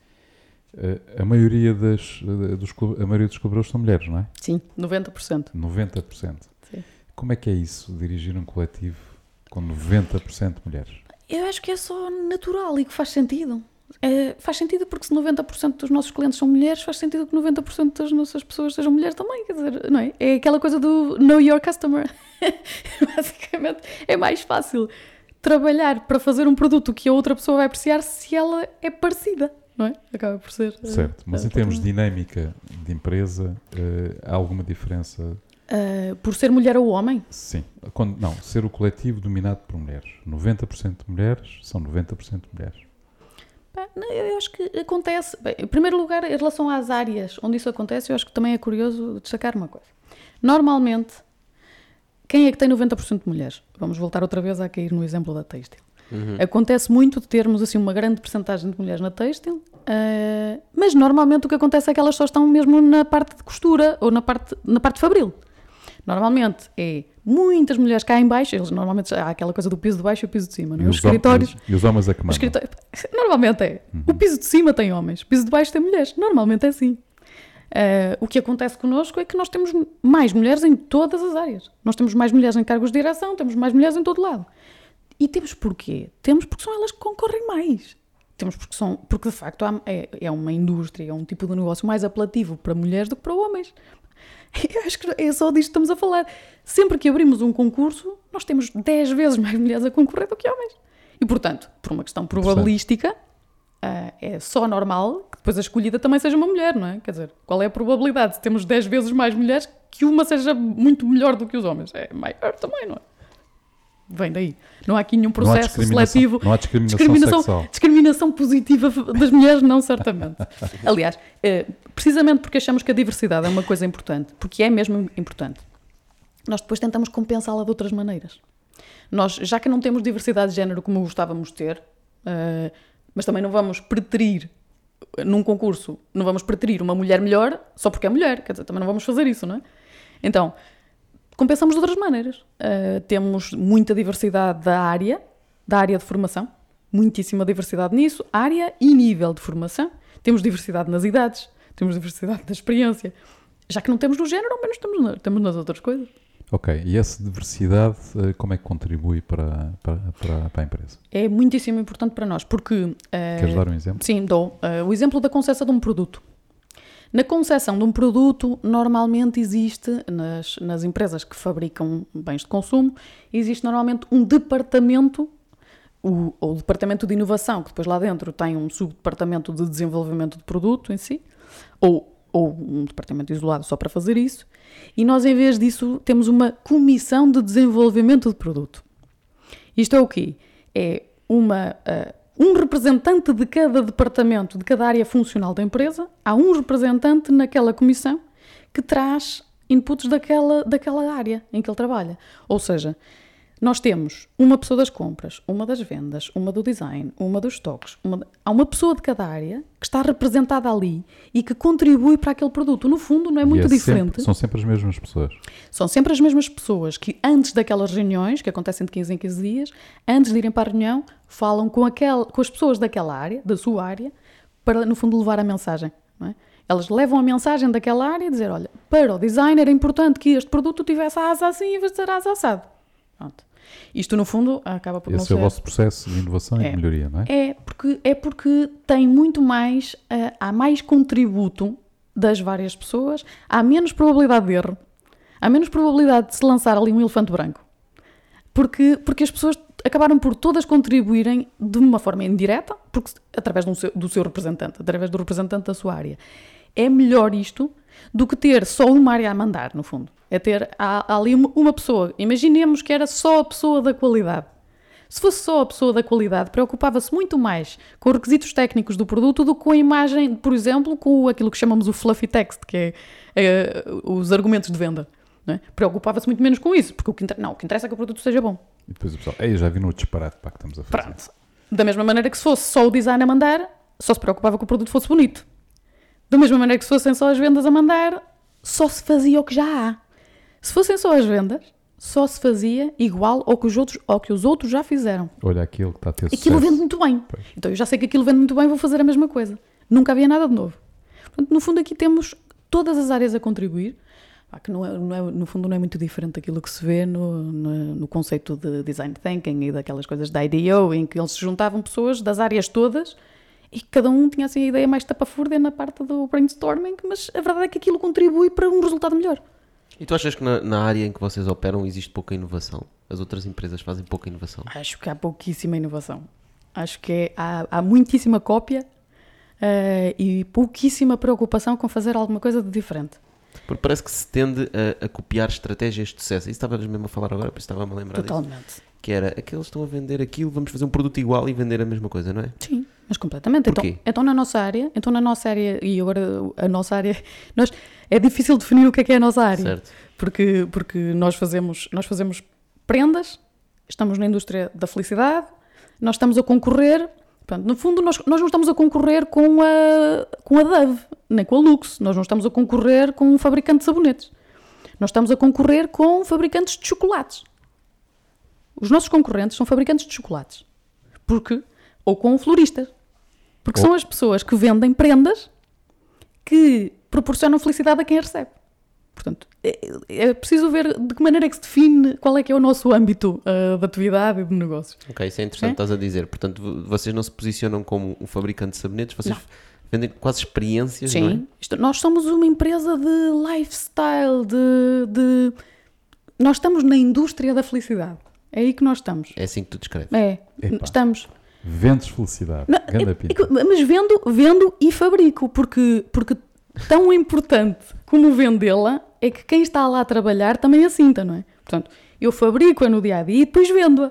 A maioria dos colaboradores são mulheres, não é? Sim, 90%. 90%. Sim. Como é que é isso, dirigir um coletivo com 90% mulheres? Eu acho que é só natural e que faz sentido. Faz sentido porque se 90% dos nossos clientes são mulheres, faz sentido que 90% das nossas pessoas sejam mulheres também, quer dizer, não é? É aquela coisa do know your customer. Basicamente, é mais fácil trabalhar para fazer um produto que a outra pessoa vai apreciar se ela é parecida, não é? Acaba por ser. Certo, mas em termos de dinâmica de empresa, há alguma diferença? Por ser mulher ou homem? Sim. Ser o coletivo dominado por mulheres. 90% de mulheres são 90% de mulheres. Eu acho que acontece. Bem, em primeiro lugar, em relação às áreas onde isso acontece, eu acho que também é curioso destacar uma coisa. Normalmente, quem é que tem 90% de mulheres? Vamos voltar outra vez a cair no exemplo da têxtil. Acontece muito de termos assim, uma grande percentagem de mulheres na têxtil, mas normalmente o que acontece é que elas só estão mesmo na parte de costura ou na parte fabril. Normalmente é muitas mulheres cá em baixo, eles normalmente há aquela coisa do piso de baixo e o piso de cima, não é? Os escritórios. E os homens é que mandam. Normalmente é. O piso de cima tem homens, o piso de baixo tem mulheres. Normalmente é assim. O que acontece connosco é que nós temos mais mulheres em todas as áreas. Nós temos mais mulheres em cargos de direção, temos mais mulheres em todo lado. E temos porquê? Temos porque são elas que concorrem mais. Temos porque de facto é uma indústria, é um tipo de negócio mais apelativo para mulheres do que para homens. Eu acho que é só disto que estamos a falar. Sempre que abrimos um concurso, nós temos 10 vezes mais mulheres a concorrer do que homens. E, portanto, por uma questão probabilística, é só normal que depois a escolhida também seja uma mulher, não é? Quer dizer, qual é a probabilidade de termos 10 vezes mais mulheres que uma seja muito melhor do que os homens? É maior também, não é? Vem daí. Não há aqui nenhum processo seletivo. Não há discriminação sexual. Discriminação positiva das mulheres, não, certamente. Aliás, precisamente porque achamos que a diversidade é uma coisa importante, porque é mesmo importante, nós depois tentamos compensá-la de outras maneiras. Nós, já que não temos diversidade de género como gostávamos de ter, mas também não vamos preterir, num concurso, não vamos preterir uma mulher melhor só porque é mulher, quer dizer, também não vamos fazer isso, não é? Então, compensamos de outras maneiras. Temos muita diversidade da área de formação, muitíssima diversidade nisso, área e nível de formação. Temos diversidade nas idades, temos diversidade da experiência. Já que não temos no género, ao menos temos nas outras coisas. Ok, e essa diversidade, como é que contribui para a empresa? É muitíssimo importante para nós, porque... Queres dar um exemplo? Sim, dou. O exemplo da concepção de um produto. Na concepção de um produto, normalmente existe, nas empresas que fabricam bens de consumo, existe normalmente um departamento, o departamento de inovação, que depois lá dentro tem um subdepartamento de desenvolvimento de produto em si, ou um departamento isolado só para fazer isso, e nós, em vez disso, temos uma comissão de desenvolvimento de produto. Isto é o quê? É um representante de cada departamento, de cada área funcional da empresa, há um representante naquela comissão que traz inputs daquela área em que ele trabalha. Ou seja, nós temos uma pessoa das compras, uma das vendas, uma do design, uma dos estoques. Há uma pessoa de cada área que está representada ali e que contribui para aquele produto. No fundo, não é muito diferente. São sempre as mesmas pessoas. São sempre as mesmas pessoas que, antes daquelas reuniões, que acontecem de 15 em 15 dias, antes de irem para a reunião, falam com as pessoas daquela área, da sua área, para, no fundo, levar a mensagem. Não é? Elas levam a mensagem daquela área e dizer, olha, para o designer é importante que este produto tivesse a asa assim e vai ser a asa assado. Pronto. Isto, no fundo, acaba por não ser... Esse é o vosso processo de inovação e de melhoria, não é? É porque tem muito mais... há mais contributo das várias pessoas, há menos probabilidade de erro, há menos probabilidade de se lançar ali um elefante branco. Porque as pessoas acabaram por todas contribuírem de uma forma indireta, porque, através do seu representante, através do representante da sua área. É melhor isto do que ter só uma área a mandar, no fundo. É ter ali uma pessoa. Imaginemos que era só a pessoa da qualidade. Se fosse só a pessoa da qualidade, preocupava-se muito mais com os requisitos técnicos do produto do que com a imagem, por exemplo, com aquilo que chamamos o fluffy text, que é os argumentos de venda. Não é? Preocupava-se muito menos com isso, porque o que interessa é que o produto seja bom. E depois o pessoal, já vi no disparate para que estamos a fazer. Pronto. Da mesma maneira que se fosse só o design a mandar, só se preocupava que o produto fosse bonito. Da mesma maneira que se fossem só as vendas a mandar, só se fazia o que já há. Se fossem só as vendas, só se fazia igual ao que os outros já fizeram. Olha aquilo que está a ter sucesso. Aquilo vende muito bem. Pois. Então eu já sei que aquilo vende muito bem, vou fazer a mesma coisa. Nunca havia nada de novo. Portanto, no fundo aqui temos todas as áreas a contribuir, que no fundo não é muito diferente daquilo que se vê no conceito de design thinking e daquelas coisas da IDEO, em que eles se juntavam pessoas das áreas todas e cada um tinha assim a ideia mais tapafúrdia na parte do brainstorming, mas a verdade é que aquilo contribui para um resultado melhor. E tu achas que na área em que vocês operam existe pouca inovação? As outras empresas fazem pouca inovação? Acho que há pouquíssima inovação. Acho que há muitíssima cópia e pouquíssima preocupação com fazer alguma coisa de diferente. Porque parece que se tende a copiar estratégias de sucesso. Isso estavas mesmo a falar agora, por isso estava-me a lembrar Totalmente. disso. Que era, aqueles estão a vender aquilo, vamos fazer um produto igual e vender a mesma coisa, não é? Sim, mas completamente. Então na nossa área, e agora a nossa área, é difícil definir o que é a nossa área. Certo. Porque nós fazemos prendas, estamos na indústria da felicidade, nós estamos a concorrer, portanto, no fundo nós não estamos a concorrer com a Dove, nem com a Lux, nós não estamos a concorrer com um fabricante de sabonetes, nós estamos a concorrer com fabricantes de chocolates. Os nossos concorrentes são fabricantes de chocolates, ou com floristas, porque são as pessoas que vendem prendas que proporcionam felicidade a quem a recebe. Portanto, é preciso ver de que maneira é que se define qual é que é o nosso âmbito de atividade e de negócios. Ok, isso é interessante, estás a dizer. Portanto, vocês não se posicionam como um fabricante de sabonetes, vocês vendem quase experiências, não é? Sim, nós somos uma empresa de lifestyle, nós estamos na indústria da felicidade. É aí que nós estamos. É assim que tu descreves. Estamos... Vendes felicidade. Mas vendo e fabrico, porque tão importante como vendê-la é que quem está lá a trabalhar também a sinta, não é? Portanto, eu fabrico-a no dia-a-dia e depois vendo-a.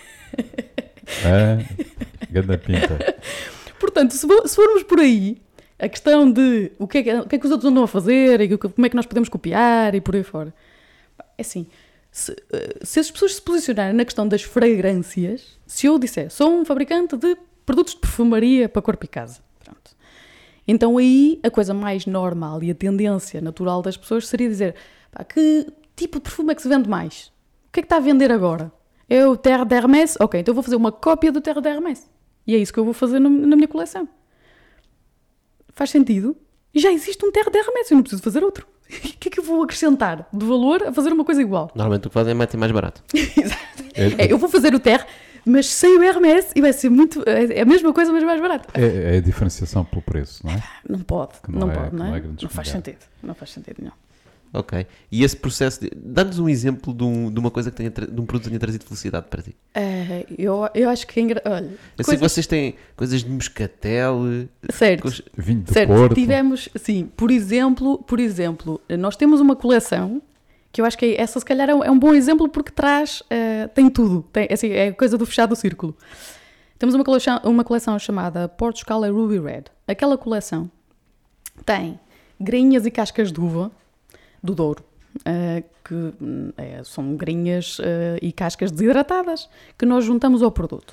Ganda pinta. Portanto, se formos por aí, a questão de o que é que os outros andam a fazer e como é que nós podemos copiar e por aí fora. É assim... Se as pessoas se posicionarem na questão das fragrâncias, se eu disser, sou um fabricante de produtos de perfumaria para corpo e casa, pronto. Então aí a coisa mais normal e a tendência natural das pessoas seria dizer, que tipo de perfume é que se vende mais? O que é que está a vender agora? É o Terre d'Hermès? Ok, então eu vou fazer uma cópia do Terre d'Hermès. E é isso que eu vou fazer na minha coleção. Faz sentido? E já existe um Terre d'Hermès, eu não preciso fazer outro. O que é que eu vou acrescentar de valor a fazer uma coisa igual? Normalmente o que fazem é meter mais barato. Exato. Eu vou fazer o Terre, mas sem o Hermès e vai ser é a mesma coisa, mas mais barato. É a diferenciação pelo preço, não é? Não pode, não é? Não faz sentido. Não faz sentido nenhum. Ok. E esse processo, dá-nos um exemplo de uma coisa que de um produto que tenha trazido felicidade para ti. Eu acho que olha, eu sei que vocês têm coisas de moscatel, certo, vinho de Porto. Tivemos, sim, por exemplo, nós temos uma coleção que eu acho que essa se calhar é um bom exemplo porque tem tudo, é coisa do fechado círculo. Temos uma coleção chamada Portugal Ruby Red. Aquela coleção tem grainhas e cascas de uva do Douro, que são grinhas e cascas desidratadas que nós juntamos ao produto.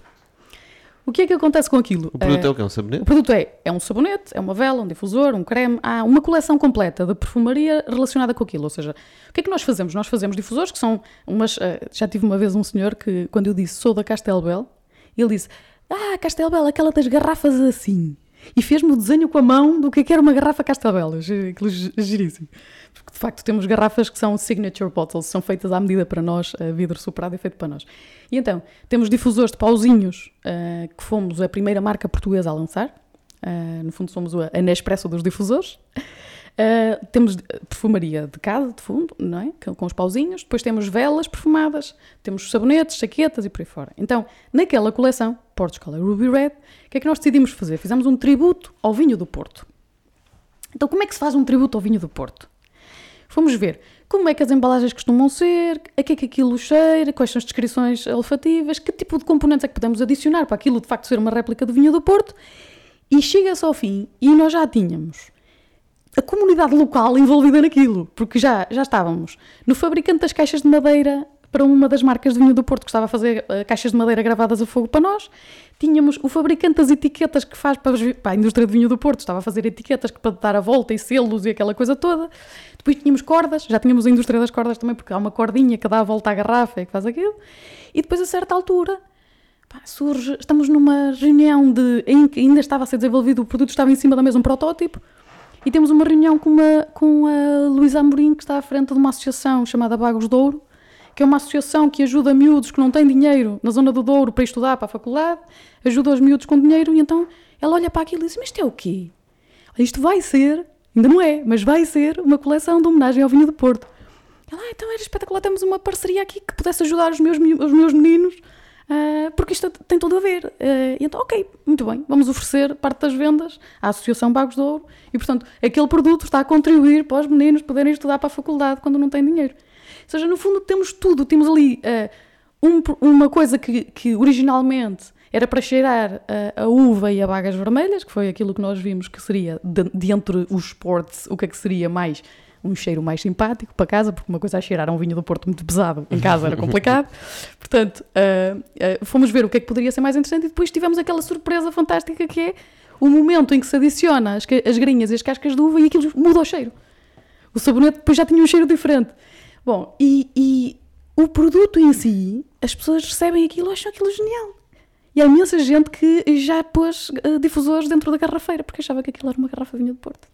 O que é que acontece com aquilo? O produto é o quê? Um sabonete? O produto é um sabonete, é uma vela, um difusor, um creme. Há uma coleção completa de perfumaria relacionada com aquilo. Ou seja, o que é que nós fazemos? Nós fazemos difusores que são umas... já tive uma vez um senhor que, quando eu disse sou da Castelbel, ele disse, Castelbel, aquela das garrafas assim. E fez-me o desenho com a mão do que era uma garrafa Castelbel. Aquilo giríssimo. Porque, de facto, temos garrafas que são signature bottles, são feitas à medida para nós, vidro superado é feito para nós. E então, temos difusores de pauzinhos, que fomos a primeira marca portuguesa a lançar. No fundo, somos a Nespresso dos difusores. Temos perfumaria de casa, de fundo, não é? Com os pauzinhos. Depois temos velas perfumadas, temos sabonetes, saquetas e por aí fora. Então, naquela coleção, Porto Escola Ruby Red, o que é que nós decidimos fazer? Fizemos um tributo ao vinho do Porto. Então, como é que se faz um tributo ao vinho do Porto? Fomos ver como é que as embalagens costumam ser, a que é que aquilo cheira, quais são as descrições olfativas, que tipo de componentes é que podemos adicionar para aquilo de facto ser uma réplica do vinho do Porto. E chega-se ao fim e nós já tínhamos a comunidade local envolvida naquilo, porque já estávamos no fabricante das caixas de madeira para uma das marcas de vinho do Porto que estava a fazer caixas de madeira gravadas a fogo para nós. Tínhamos o fabricante das etiquetas que faz para a indústria de vinho do Porto, estava a fazer etiquetas para dar a volta e selos e aquela coisa toda. Depois tínhamos cordas, já tínhamos a indústria das cordas também, porque há uma cordinha que dá a volta à garrafa e que faz aquilo. E depois, a certa altura, surge, estamos numa reunião em que ainda estava a ser desenvolvido, o produto estava em cima da mesa, um protótipo, e temos uma reunião com a Luísa Amorim, que está à frente de uma associação chamada Bagos de Ouro, que é uma associação que ajuda miúdos que não têm dinheiro na zona do Douro para estudar para a faculdade, ajuda os miúdos com dinheiro, e então ela olha para aquilo e diz, mas isto é o quê? Isto vai ser, ainda não é, mas vai ser uma coleção de homenagem ao vinho do Porto. Ela, então era espetacular, temos uma parceria aqui que pudesse ajudar os meus meninos, porque isto tem tudo a ver. E então, ok, muito bem, vamos oferecer parte das vendas à Associação Bagos de Ouro, e portanto, aquele produto está a contribuir para os meninos poderem estudar para a faculdade quando não têm dinheiro. Ou seja, no fundo temos tudo, temos ali uma coisa que originalmente era para cheirar a uva e a bagas vermelhas, que foi aquilo que nós vimos que seria, de entre os sports, o que é que seria mais um cheiro mais simpático para casa, porque uma coisa é cheirar a um vinho do Porto muito pesado, em casa era complicado. Portanto, fomos ver o que é que poderia ser mais interessante e depois tivemos aquela surpresa fantástica que é o momento em que se adiciona as grinhas e as cascas de uva e aquilo muda o cheiro. O sabonete depois já tinha um cheiro diferente. Bom, e o produto em si, as pessoas recebem aquilo, acham aquilo genial. E há imensa gente que já pôs difusores dentro da garrafeira, porque achava que aquilo era uma garrafa de vinho do Porto.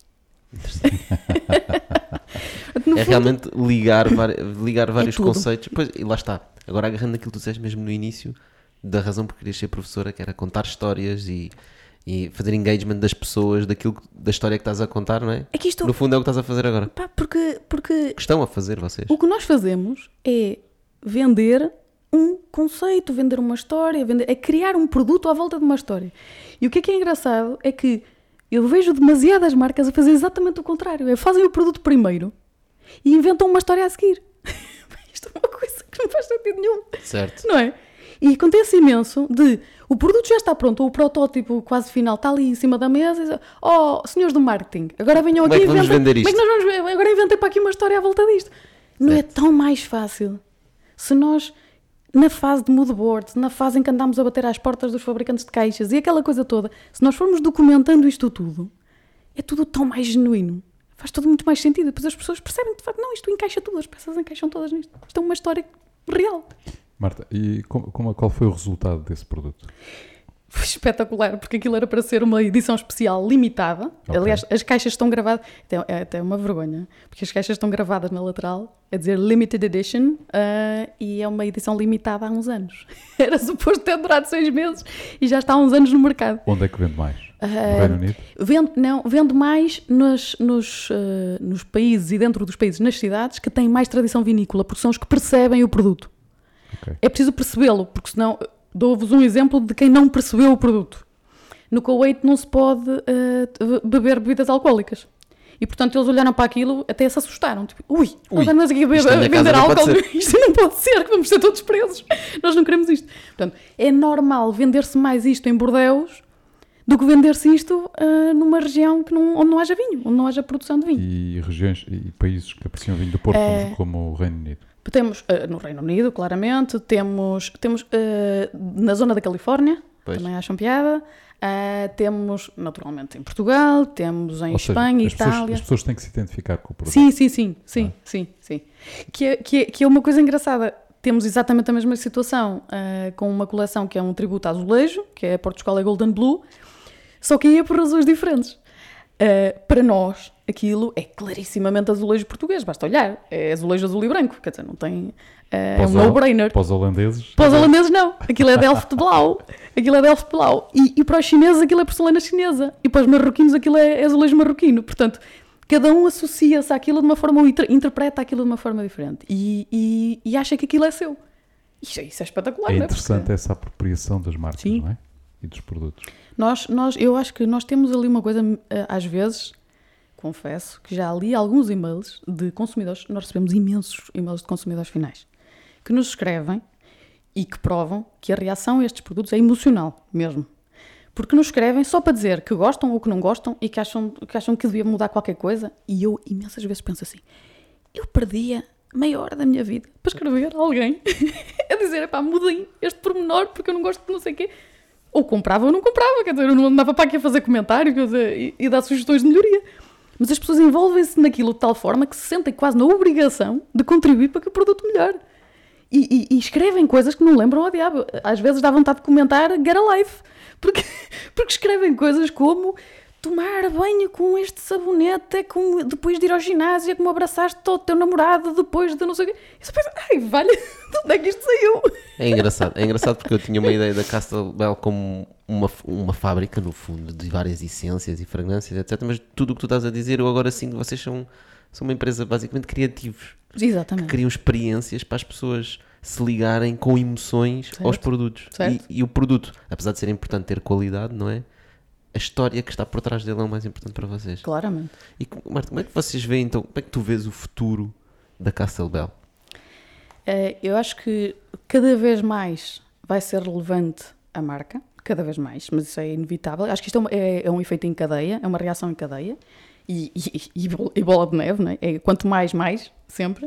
É fundo, realmente ligar vários conceitos. Pois, e lá está. Agora agarrando aquilo que tu disseste mesmo no início, da razão por querias ser professora, que era contar histórias e fazer engagement das pessoas, da história que estás a contar, não é? É que isto, no fundo é o que estás a fazer agora. Pá, porque que estão a fazer vocês. O que nós fazemos é vender um conceito, vender uma história, é criar um produto à volta de uma história. E o que é engraçado é que eu vejo demasiadas marcas a fazer exatamente o contrário. Fazem o produto primeiro e inventam uma história a seguir. Isto é uma coisa que não faz sentido nenhum. Certo. Não é? E acontece imenso de o produto já está pronto, ou o protótipo quase final está ali em cima da mesa e diz, senhores do marketing, agora venham aqui e inventem. Como é que nós vamos vender isto? Agora inventem para aqui uma história à volta disto. Não é tão mais fácil se nós, na fase de mood boards, na fase em que andamos a bater às portas dos fabricantes de caixas e aquela coisa toda, se nós formos documentando isto tudo, é tudo tão mais genuíno. Faz tudo muito mais sentido. Depois as pessoas percebem que, de facto, não, isto encaixa tudo, as peças encaixam todas nisto. Isto é uma história real. Marta, e qual foi o resultado desse produto? Foi espetacular, porque aquilo era para ser uma edição especial limitada. Okay. Aliás, as caixas estão gravadas... É até uma vergonha, porque as caixas estão gravadas na lateral, a dizer Limited Edition, e é uma edição limitada há uns anos. Era suposto ter durado 6 meses e já está há uns anos no mercado. Onde é que vende mais? No Reino Unido? Vende mais nos países e dentro dos países, nas cidades, que têm mais tradição vinícola, porque são os que percebem o produto. Okay. É preciso percebê-lo, porque senão... Dou-vos um exemplo de quem não percebeu o produto. No Kuwait não se pode beber bebidas alcoólicas. E, portanto, eles olharam para aquilo, até se assustaram. Tipo, nós andamos aqui a vender álcool. Isto não pode ser, que vamos ser todos presos. Nós não queremos isto. Portanto, é normal vender-se mais isto em Bordeus do que vender-se isto numa região onde não haja vinho, onde não haja produção de vinho. E regiões e países que apreciam vinho do Porto, como o Reino Unido. Temos no Reino Unido, claramente, temos na zona da Califórnia, também acham piada, temos naturalmente em Portugal, temos em Espanha, Itália. As pessoas têm que se identificar com o produto. Sim. Que é uma coisa engraçada. Temos exatamente a mesma situação com uma coleção que é um tributo a azulejo, que é a Porto Escola Golden Blue, só que aí é por razões diferentes. Para nós, aquilo é clarissimamente azulejo português, basta olhar, é azulejo azul e branco, quer dizer, não tem... É um no-brainer. Para os holandeses? Para os holandeses não, aquilo é Delft Blau, e para os chineses aquilo é porcelana chinesa, e para os marroquinos aquilo é azulejo marroquino, portanto, cada um associa-se àquilo de uma forma, ou interpreta aquilo de uma forma diferente, e acha que aquilo é seu. Isso é espetacular, é não é? interessante essa apropriação das marcas, sim, não é? E dos produtos. Eu acho que nós temos ali uma coisa, às vezes, confesso, que já li alguns e-mails de consumidores, nós recebemos imensos e-mails de consumidores finais, que nos escrevem e que provam que a reação a estes produtos é emocional mesmo. Porque nos escrevem só para dizer que gostam ou que não gostam e que acham que devia mudar qualquer coisa, e eu imensas vezes penso assim, eu perdia meia hora da minha vida para escrever a alguém a dizer, epá, mudem este pormenor porque eu não gosto de não sei o quê. Ou comprava ou não comprava, quer dizer, eu não andava para aqui a fazer comentários e dar sugestões de melhoria. Mas as pessoas envolvem-se naquilo de tal forma que se sentem quase na obrigação de contribuir para que o produto melhore. E escrevem coisas que não lembram ao diabo. Às vezes dá vontade de comentar Get a Life. Porque escrevem coisas como tomar banho com este sabonete é como depois de ir ao ginásio, é como abraçaste todo o teu namorado depois de não sei o quê. E você pensa, ai, vale, de onde é que isto saiu? É engraçado porque eu tinha uma ideia da Castlebel como uma fábrica, no fundo, de várias essências e fragrâncias, etc. Mas tudo o que tu estás a dizer, eu agora sinto que vocês são uma empresa basicamente criativos. Exatamente. Que criam experiências para as pessoas se ligarem com emoções aos produtos. E o produto, apesar de ser importante ter qualidade, não é? A história que está por trás dele é o mais importante para vocês. Claramente. E Marta, como é que vocês veem então, como é que tu vês o futuro da Castlebel? Eu acho que cada vez mais vai ser relevante a marca, cada vez mais, mas isso é inevitável. Acho que isto é um efeito em cadeia, é uma reação em cadeia e bola de neve, não é? Quanto mais, sempre.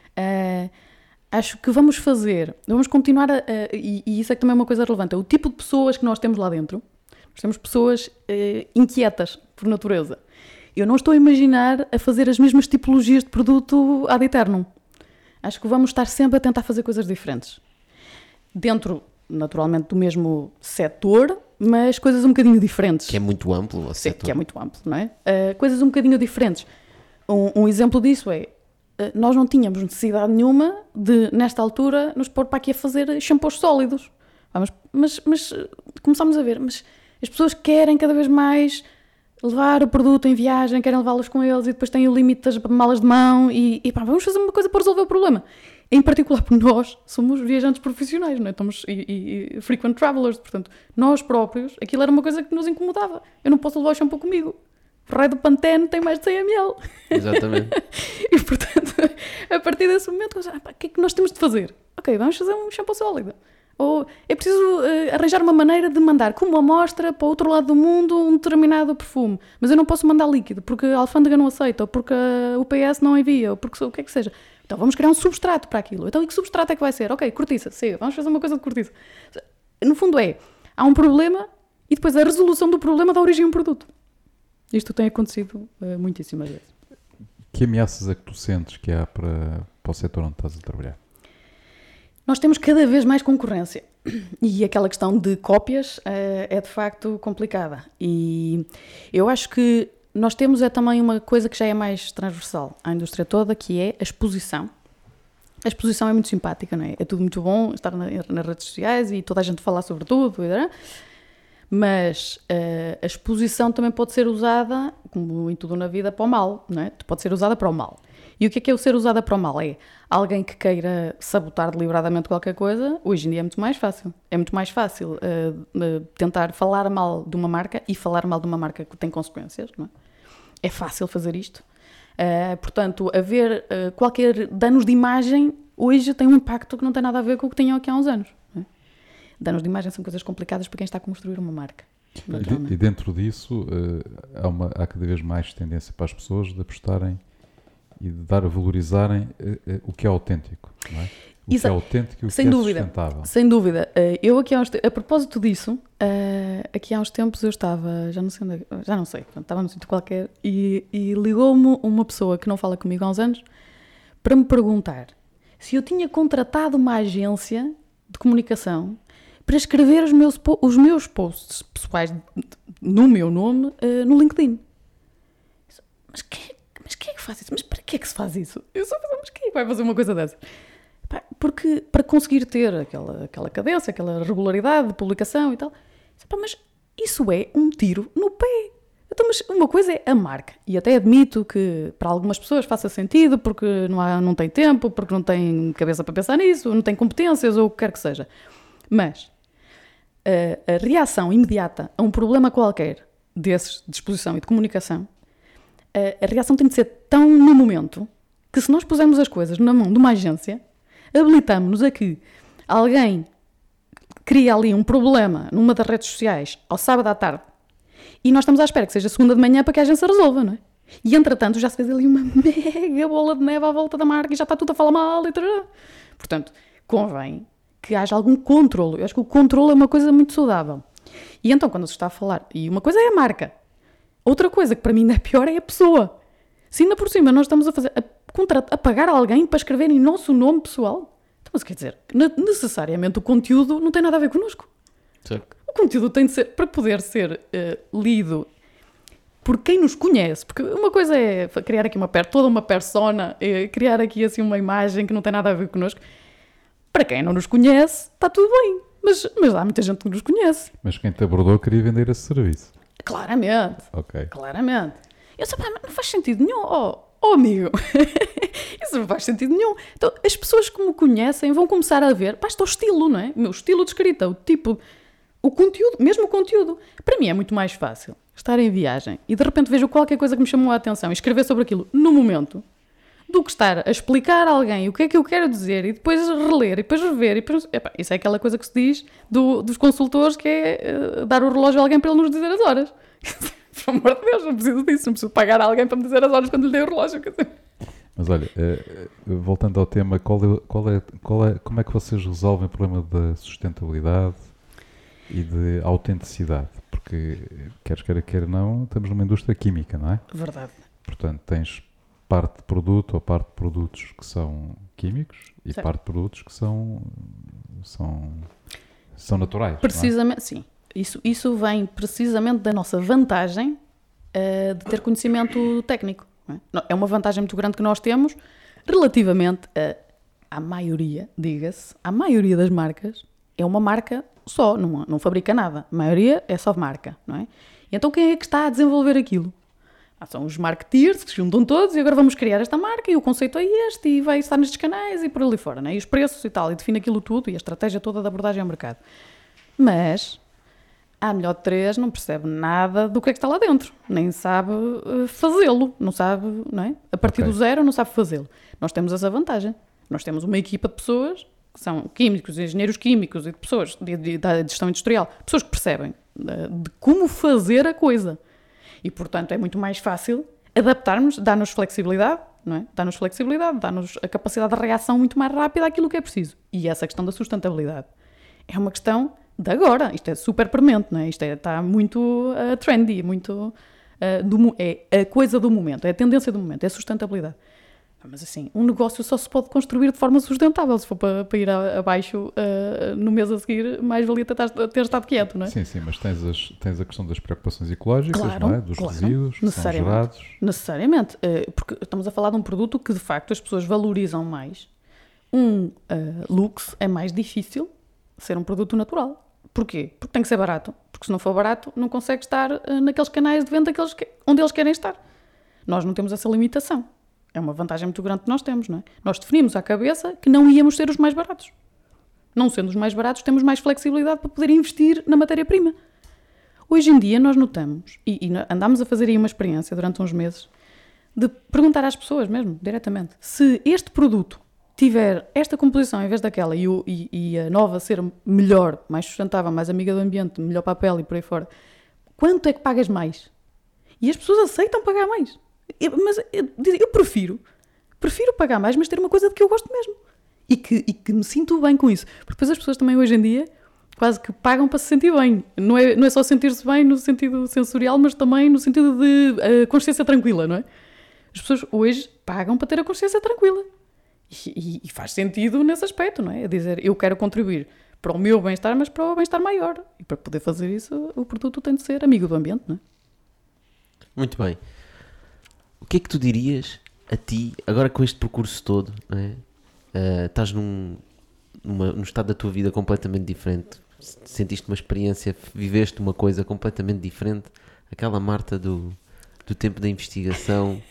Acho que vamos continuar e isso é que também é uma coisa relevante, é o tipo de pessoas que nós temos lá dentro. Nós temos pessoas inquietas por natureza. Eu não estou a imaginar a fazer as mesmas tipologias de produto ad eternum. Acho que vamos estar sempre a tentar fazer coisas diferentes. Dentro, naturalmente, do mesmo setor, mas coisas um bocadinho diferentes. Que é muito amplo o setor. Sim, que é muito amplo, não é? Coisas um bocadinho diferentes. Um exemplo disso é, nós não tínhamos necessidade nenhuma de, nesta altura, nos pôr para aqui a fazer shampoos sólidos. Mas começámos a ver, mas as pessoas querem cada vez mais levar o produto em viagem, querem levá-los com eles e depois têm o limite das malas de mão e vamos fazer uma coisa para resolver o problema. Em particular porque nós somos viajantes profissionais, não é? Estamos e frequent travelers, portanto, nós próprios, aquilo era uma coisa que nos incomodava. Eu não posso levar o shampoo comigo. O raio do Pantene tem mais de 100 ml. Exatamente. E portanto, a partir desse momento, o que é que nós temos de fazer? Ok, vamos fazer um shampoo sólido. Ou é preciso arranjar uma maneira de mandar como amostra para o outro lado do mundo um determinado perfume. Mas eu não posso mandar líquido porque a alfândega não aceita, ou porque o PS não envia, ou porque o que é que seja. Então vamos criar um substrato para aquilo. Então e que substrato é que vai ser? Ok, cortiça, siga, vamos fazer uma coisa de cortiça. No fundo há um problema e depois a resolução do problema dá origem a um produto. Isto tem acontecido muitíssimas vezes. Que ameaças é que tu sentes que há para o setor onde estás a trabalhar? Nós temos cada vez mais concorrência e aquela questão de cópias é de facto complicada. E eu acho que nós temos também uma coisa que já é mais transversal à indústria toda, que é a exposição. A exposição é muito simpática, não é? É tudo muito bom estar nas redes sociais e toda a gente falar sobre tudo, mas a exposição também pode ser usada, como em tudo na vida, para o mal, não é? Pode ser usada para o mal. E o que é o ser usada para o mal? É alguém que queira sabotar deliberadamente qualquer coisa, hoje em dia é muito mais fácil. É muito mais fácil tentar falar mal de uma marca e falar mal de uma marca que tem consequências, não é? É fácil fazer isto. Portanto, haver qualquer danos de imagem hoje tem um impacto que não tem nada a ver com o que tinham aqui há uns anos. Não é? Danos de imagem são coisas complicadas para quem está a construir uma marca. E dentro disso há cada vez mais tendência para as pessoas de apostarem e de valorizarem o que é autêntico, não é? O que é autêntico e o que é sustentável. Sem dúvida. Eu aqui a propósito disso, aqui há uns tempos eu estava, já não sei, estava num sítio qualquer e ligou-me uma pessoa que não fala comigo há uns anos para me perguntar se eu tinha contratado uma agência de comunicação para escrever os meus posts pessoais no meu nome no LinkedIn. Mas quem é que faz isso? Mas para que é que se faz isso? Eu só penso, mas quem é que vai fazer uma coisa dessa? Porque para conseguir ter aquela cadência, aquela regularidade de publicação e tal, mas isso é um tiro no pé. Então, mas uma coisa é a marca, e até admito que para algumas pessoas faça sentido, porque não tem tempo, porque não tem cabeça para pensar nisso, não tem competências ou o que quer que seja. Mas a reação imediata a um problema qualquer desses de exposição e de comunicação, a reação tem de ser tão no momento que se nós pusermos as coisas na mão de uma agência, habilitamos-nos a que alguém cria ali um problema numa das redes sociais ao sábado à tarde e nós estamos à espera que seja segunda de manhã para que a agência resolva, não é? E entretanto já se fez ali uma mega bola de neve à volta da marca e já está tudo a falar mal e tal. Portanto, convém que haja algum controlo. Eu acho que o controlo é uma coisa muito saudável. E então quando se está a falar, e uma coisa é a marca, outra coisa que para mim ainda é pior é a pessoa. Se ainda por cima nós estamos a pagar alguém para escrever em nosso nome pessoal, então, mas quer dizer, necessariamente o conteúdo não tem nada a ver connosco. Certo. O conteúdo tem de ser, para poder ser lido por quem nos conhece, porque uma coisa é criar aqui toda uma persona, criar aqui assim uma imagem que não tem nada a ver connosco. Para quem não nos conhece, está tudo bem, mas há muita gente que nos conhece. Mas quem te abordou queria vender esse serviço. Claramente. Ok. Claramente. Eu sei, não faz sentido nenhum. Oh amigo, isso não faz sentido nenhum. Então, as pessoas que me conhecem vão começar a ver, isto é o estilo, não é? O meu estilo de escrita, o tipo, o conteúdo, mesmo o conteúdo. Para mim é muito mais fácil estar em viagem e de repente vejo qualquer coisa que me chamou a atenção e escrever sobre aquilo no momento, do que estar a explicar a alguém o que é que eu quero dizer e depois reler e depois rever. E depois, isso é aquela coisa que se diz dos consultores, que é dar o relógio a alguém para ele nos dizer as horas. Por amor de Deus, não preciso disso, não preciso pagar a alguém para me dizer as horas quando lhe dei o relógio. Mas olha, voltando ao tema, como é que vocês resolvem o problema da sustentabilidade e de autenticidade? Porque, quer não, estamos numa indústria química, não é? Verdade. Portanto, tens parte de produto ou parte de produtos que são químicos e certo. Parte de produtos que são naturais. Precisamente, não é? Sim. Isso vem precisamente da nossa vantagem de ter conhecimento técnico. Não é? É uma vantagem muito grande que nós temos relativamente à maioria, diga-se, à maioria das marcas, é uma marca só, não fabrica nada. A maioria é só marca, não é? E então quem é que está a desenvolver aquilo? São os marketeers que se juntam todos e agora vamos criar esta marca e o conceito é este e vai estar nestes canais e por ali fora, não é? E os preços e tal, e define aquilo tudo e a estratégia toda da abordagem ao mercado. Mas a melhor de 3 não percebe nada do que é que está lá dentro, nem sabe fazê-lo, não sabe, não é? A partir do zero não sabe fazê-lo. Nós temos essa vantagem. Nós temos uma equipa de pessoas que são químicos, engenheiros químicos e de pessoas de gestão industrial, pessoas que percebem de como fazer a coisa. E, portanto, é muito mais fácil adaptarmos, dar-nos flexibilidade, não é? Dar-nos flexibilidade, dar-nos a capacidade de reação muito mais rápida àquilo que é preciso. E essa questão da sustentabilidade é uma questão de agora. Isto é super premente, não é? Isto está muito trendy, muito, é a coisa do momento, é a tendência do momento, é a sustentabilidade. Mas assim, um negócio só se pode construir de forma sustentável. Se for para ir abaixo no mês a seguir, mais valia ter estado quieto, não é? Sim, mas tens a questão das preocupações ecológicas, claro, não é? Dos resíduos que são gerados. Necessariamente, porque estamos a falar de um produto que de facto as pessoas valorizam mais. Luxo é mais difícil ser um produto natural. Porquê? Porque tem que ser barato. Porque se não for barato, não consegue estar naqueles canais de venda onde eles querem estar. Nós não temos essa limitação. É uma vantagem muito grande que nós temos, não é? Nós definimos à cabeça que não íamos ser os mais baratos. Não sendo os mais baratos, temos mais flexibilidade para poder investir na matéria-prima. Hoje em dia nós notamos, e andámos a fazer aí uma experiência durante uns meses, de perguntar às pessoas mesmo, diretamente, se este produto tiver esta composição em vez daquela e a nova ser melhor, mais sustentável, mais amiga do ambiente, melhor para a pele e por aí fora, quanto é que pagas mais? E as pessoas aceitam pagar mais. Mas eu prefiro pagar mais, mas ter uma coisa de que eu gosto mesmo. E que me sinto bem com isso. Porque depois as pessoas também hoje em dia quase que pagam para se sentir bem. Não é só sentir-se bem no sentido sensorial, mas também no sentido de consciência tranquila, não é? As pessoas hoje pagam para ter a consciência tranquila. E faz sentido nesse aspecto, não é? É dizer, eu quero contribuir para o meu bem-estar, mas para o bem-estar maior. E para poder fazer isso, o produto tem de ser amigo do ambiente, não é? Muito bem. O que é que tu dirias a ti, agora com este percurso todo, não é? Estás num estado da tua vida completamente diferente, sentiste uma experiência, viveste uma coisa completamente diferente, aquela Marta do tempo da investigação,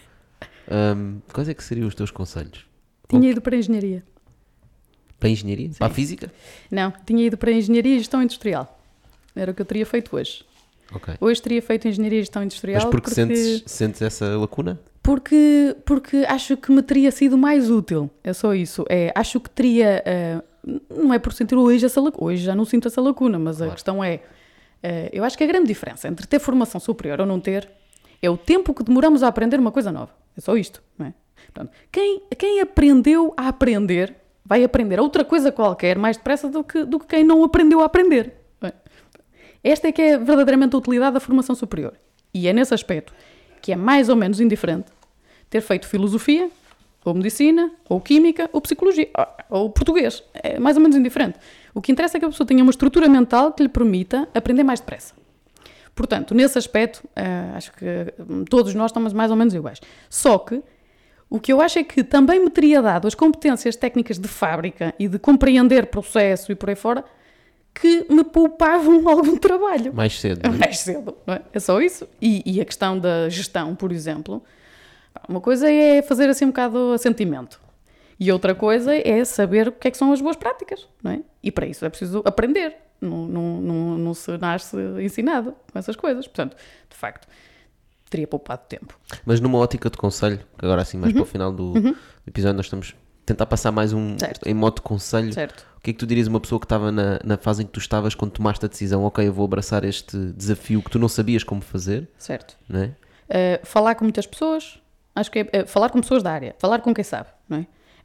quais é que seriam os teus conselhos? Tinha ido para a engenharia. Para a engenharia? Sim. Para a física? Não, tinha ido para a engenharia e gestão industrial. Era o que eu teria feito hoje. Okay. Hoje teria feito engenharia e gestão industrial. Mas porque sentes essa lacuna? Porque acho que me teria sido mais útil. É só isso. Acho que teria... não é por sentir hoje essa lacuna. Hoje já não sinto essa lacuna, mas claro. A questão é... eu acho que a grande diferença entre ter formação superior ou não ter é o tempo que demoramos a aprender uma coisa nova. É só isto, não é? Portanto, quem aprendeu a aprender vai aprender outra coisa qualquer mais depressa do que quem não aprendeu a aprender. Não é? Esta é que é verdadeiramente a utilidade da formação superior. E é nesse aspecto que é mais ou menos indiferente ter feito filosofia, ou medicina, ou química, ou psicologia, ou português. É mais ou menos indiferente. O que interessa é que a pessoa tenha uma estrutura mental que lhe permita aprender mais depressa. Portanto, nesse aspecto, acho que todos nós estamos mais ou menos iguais. Só que o que eu acho é que também me teria dado as competências técnicas de fábrica e de compreender processo e por aí fora que me poupavam algum trabalho. Mais cedo. Não é? Mais cedo, não é? É só isso. E a questão da gestão, por exemplo, uma coisa é fazer assim um bocado a sentimento. E outra coisa é saber o que é que são as boas práticas, não é? E para isso é preciso aprender. Não se nasce ensinado com essas coisas. Portanto, de facto, teria poupado tempo. Mas numa ótica de conselho, que agora assim mais para o final do episódio nós estamos a tentar passar mais em modo de conselho. Certo. O que é que tu dirias a uma pessoa que estava na fase em que tu estavas quando tomaste a decisão, ok, eu vou abraçar este desafio que tu não sabias como fazer? Certo. Não é? Falar com muitas pessoas, acho que é falar com pessoas da área, falar com quem sabe, não é?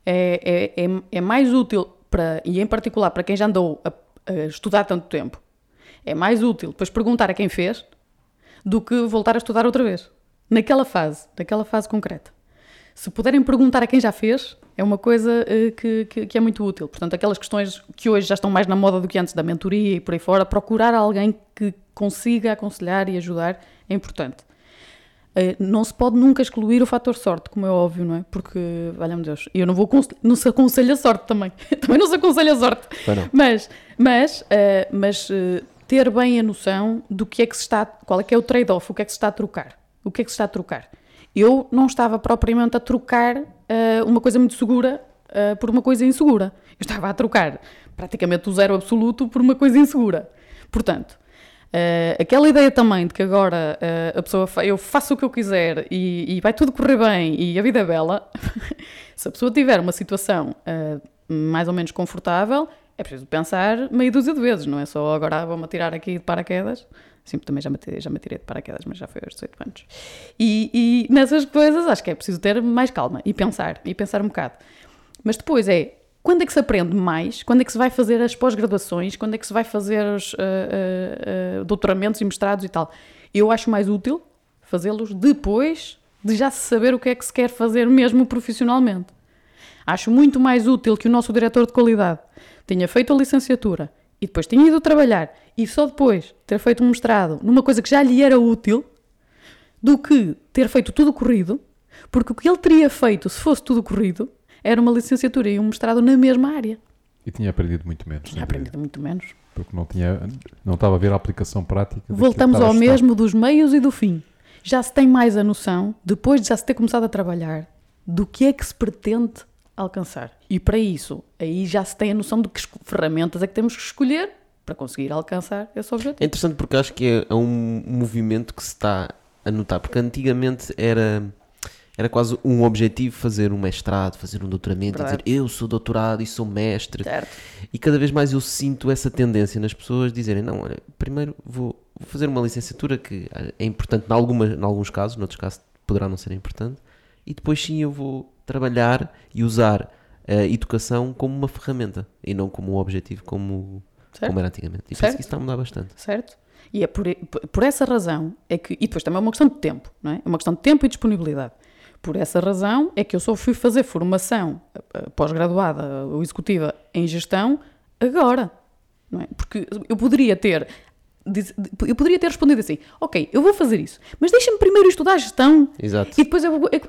É mais útil e em particular para quem já andou a estudar tanto tempo, é mais útil depois perguntar a quem fez do que voltar a estudar outra vez. Naquela fase concreta. Se puderem perguntar a quem já fez, é uma coisa que é muito útil. Portanto, aquelas questões que hoje já estão mais na moda do que antes, da mentoria e por aí fora, procurar alguém que consiga aconselhar e ajudar é importante. Não se pode nunca excluir o fator sorte, como é óbvio, não é? Porque, valha-me Deus, eu não se aconselha a sorte também. Também não se aconselha a sorte. Mas ter bem a noção do que é que se está, qual é que é o trade-off, o que é que se está a trocar. O que é que se está a trocar? Eu não estava propriamente a trocar uma coisa muito segura por uma coisa insegura. Eu estava a trocar praticamente o zero absoluto por uma coisa insegura. Portanto, aquela ideia também de que agora a pessoa eu faço o que eu quiser e vai tudo correr bem e a vida é bela, se a pessoa tiver uma situação mais ou menos confortável, é preciso pensar meia dúzia de vezes, não é só agora vou-me atirar aqui de paraquedas. Sim, também já me tirei de paraquedas, mas já foi aos 18 anos. E nessas coisas acho que é preciso ter mais calma e pensar um bocado. Mas depois quando é que se aprende mais? Quando é que se vai fazer as pós-graduações? Quando é que se vai fazer os doutoramentos e mestrados e tal? Eu acho mais útil fazê-los depois de já se saber o que é que se quer fazer mesmo profissionalmente. Acho muito mais útil que o nosso diretor de qualidade tenha feito a licenciatura e depois tinha ido trabalhar e só depois ter feito um mestrado numa coisa que já lhe era útil do que ter feito tudo corrido, porque o que ele teria feito se fosse tudo corrido era uma licenciatura e um mestrado na mesma área. E tinha aprendido muito menos. Tinha aprendido muito menos. Porque não estava a ver a aplicação prática. Voltamos ao mesmo dos meios e do fim. Já se tem mais a noção, depois de já se ter começado a trabalhar, do que é que se pretende alcançar. E para isso, aí já se tem a noção de que ferramentas é que temos que escolher para conseguir alcançar esse objetivo. É interessante porque acho que é um movimento que se está a notar, porque antigamente era quase um objetivo fazer um mestrado, fazer um doutoramento, e dizer eu sou doutorado e sou mestre. Certo. E cada vez mais eu sinto essa tendência nas pessoas dizerem, não, olha, primeiro vou vou fazer uma licenciatura que é importante em alguns casos, noutros casos poderá não ser importante, e depois sim eu vou trabalhar e usar a educação como uma ferramenta e não como um objetivo como era antigamente. E penso que isso está a mudar bastante. Certo. E é por essa razão é que... E depois também é uma questão de tempo, não é? É uma questão de tempo e disponibilidade. Por essa razão é que eu só fui fazer formação pós-graduada ou executiva em gestão agora, não é? Porque eu poderia ter respondido assim, ok, eu vou fazer isso, mas deixa-me primeiro estudar gestão. Exato. E depois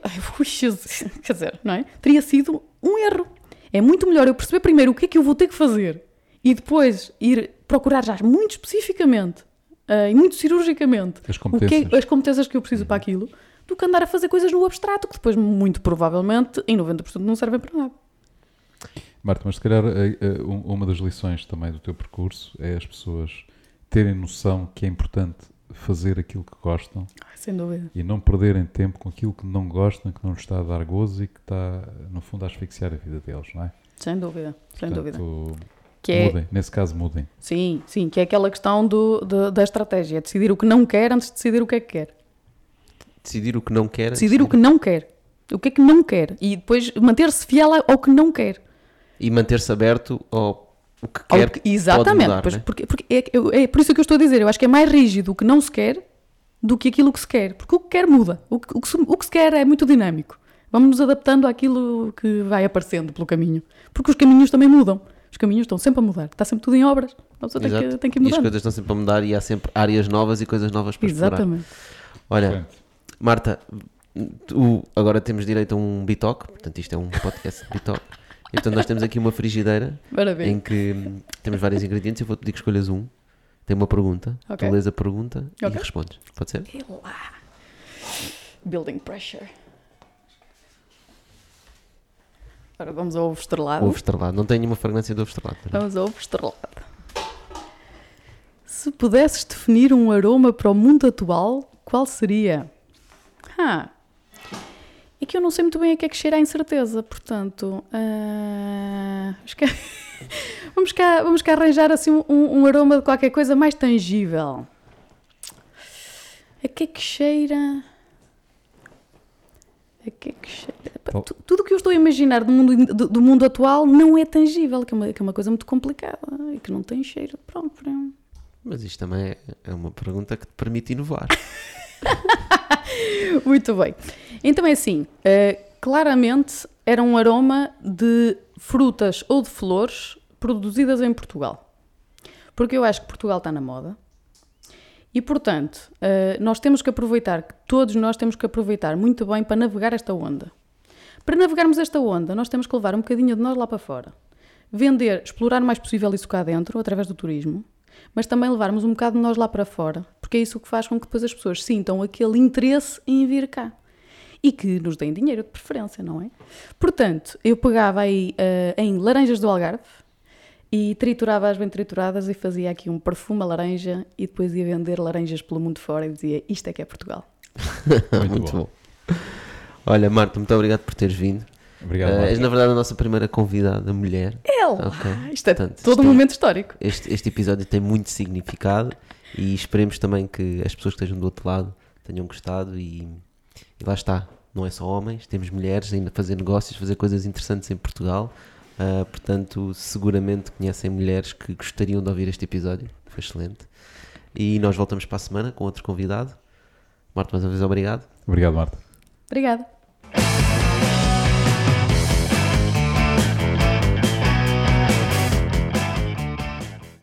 quer dizer, não é? Teria sido um erro. É muito melhor eu perceber primeiro o que é que eu vou ter que fazer e depois ir procurar já muito especificamente e muito cirurgicamente as competências que eu preciso para aquilo, do que andar a fazer coisas no abstrato, que depois, muito provavelmente, em 90% não servem para nada. Marta, mas se calhar uma das lições também do teu percurso é as pessoas terem noção que é importante fazer aquilo que gostam. Sem dúvida. E não perderem tempo com aquilo que não gostam, que não lhes está a dar gozo e que está, no fundo, a asfixiar a vida deles, não é? Sem dúvida, sem dúvida. Mudem, nesse caso mudem. Sim, que é aquela questão da estratégia, decidir o que não quer antes de decidir o que é que quer. Decidir o que não quer. Decidir o que não quer. O que é que não quer. E depois manter-se fiel ao que não quer. E manter-se aberto ao que quer. Exatamente. Pode mudar, porque é por isso que eu estou a dizer. Eu acho que é mais rígido o que não se quer do que aquilo que se quer. Porque o que quer muda. O que se quer é muito dinâmico. Vamos nos adaptando àquilo que vai aparecendo pelo caminho. Porque os caminhos também mudam. Os caminhos estão sempre a mudar. Está sempre tudo em obras. A pessoa tem que ir mudando. E as coisas estão sempre a mudar e há sempre áreas novas e coisas novas para explorar. Exatamente. Olha, Marta, agora temos direito a um bitoque. Portanto, isto é um podcast de bitoque. E, portanto, nós temos aqui uma frigideira. Maravilha. Em que temos vários ingredientes. Eu vou-te pedir que escolhas um. Tem uma pergunta. Okay. Tu lês a pergunta e respondes. Pode ser? Building pressure. Agora vamos ao ovo estrelado. Ovo estrelado. Não tem nenhuma fragrância de ovo estrelado. Vamos ao ovo estrelado. Se pudesses definir um aroma para o mundo atual, qual seria? É que eu não sei muito bem a que é que cheira a incerteza, portanto... vamos cá arranjar assim um aroma de qualquer coisa mais tangível. A que é que cheira... Tudo o que eu estou a imaginar do mundo atual não é tangível, que é uma coisa muito complicada e que não tem cheiro próprio. Mas isto também é uma pergunta que te permite inovar. Muito bem. Então é assim, claramente era um aroma de frutas ou de flores produzidas em Portugal. Porque eu acho que Portugal está na moda. E, portanto, nós temos que aproveitar, todos nós temos que aproveitar muito bem para navegar esta onda. Para navegarmos esta onda, nós temos que levar um bocadinho de nós lá para fora. Vender, explorar o mais possível isso cá dentro, através do turismo, mas também levarmos um bocado de nós lá para fora, porque é isso que faz com que depois as pessoas sintam aquele interesse em vir cá. E que nos deem dinheiro de preferência, não é? Portanto, eu pegava aí em laranjas do Algarve, e triturava-as bem trituradas e fazia aqui um perfume a laranja e depois ia vender laranjas pelo mundo fora e dizia, isto é que é Portugal. Muito bom. Olha, Marta, muito obrigado por teres vindo. Obrigado, Marta. És na verdade a nossa primeira convidada mulher. Okay. Isto é todo um momento histórico. Este episódio tem muito significado e esperemos também que as pessoas que estejam do outro lado tenham gostado e lá está. Não é só homens, temos mulheres ainda a fazer negócios, fazer coisas interessantes em Portugal. Portanto, seguramente conhecem mulheres que gostariam de ouvir este episódio. Foi excelente. E nós voltamos para a semana com outro convidado. Marta, mais uma vez, obrigado. Obrigado, Marta. Obrigada.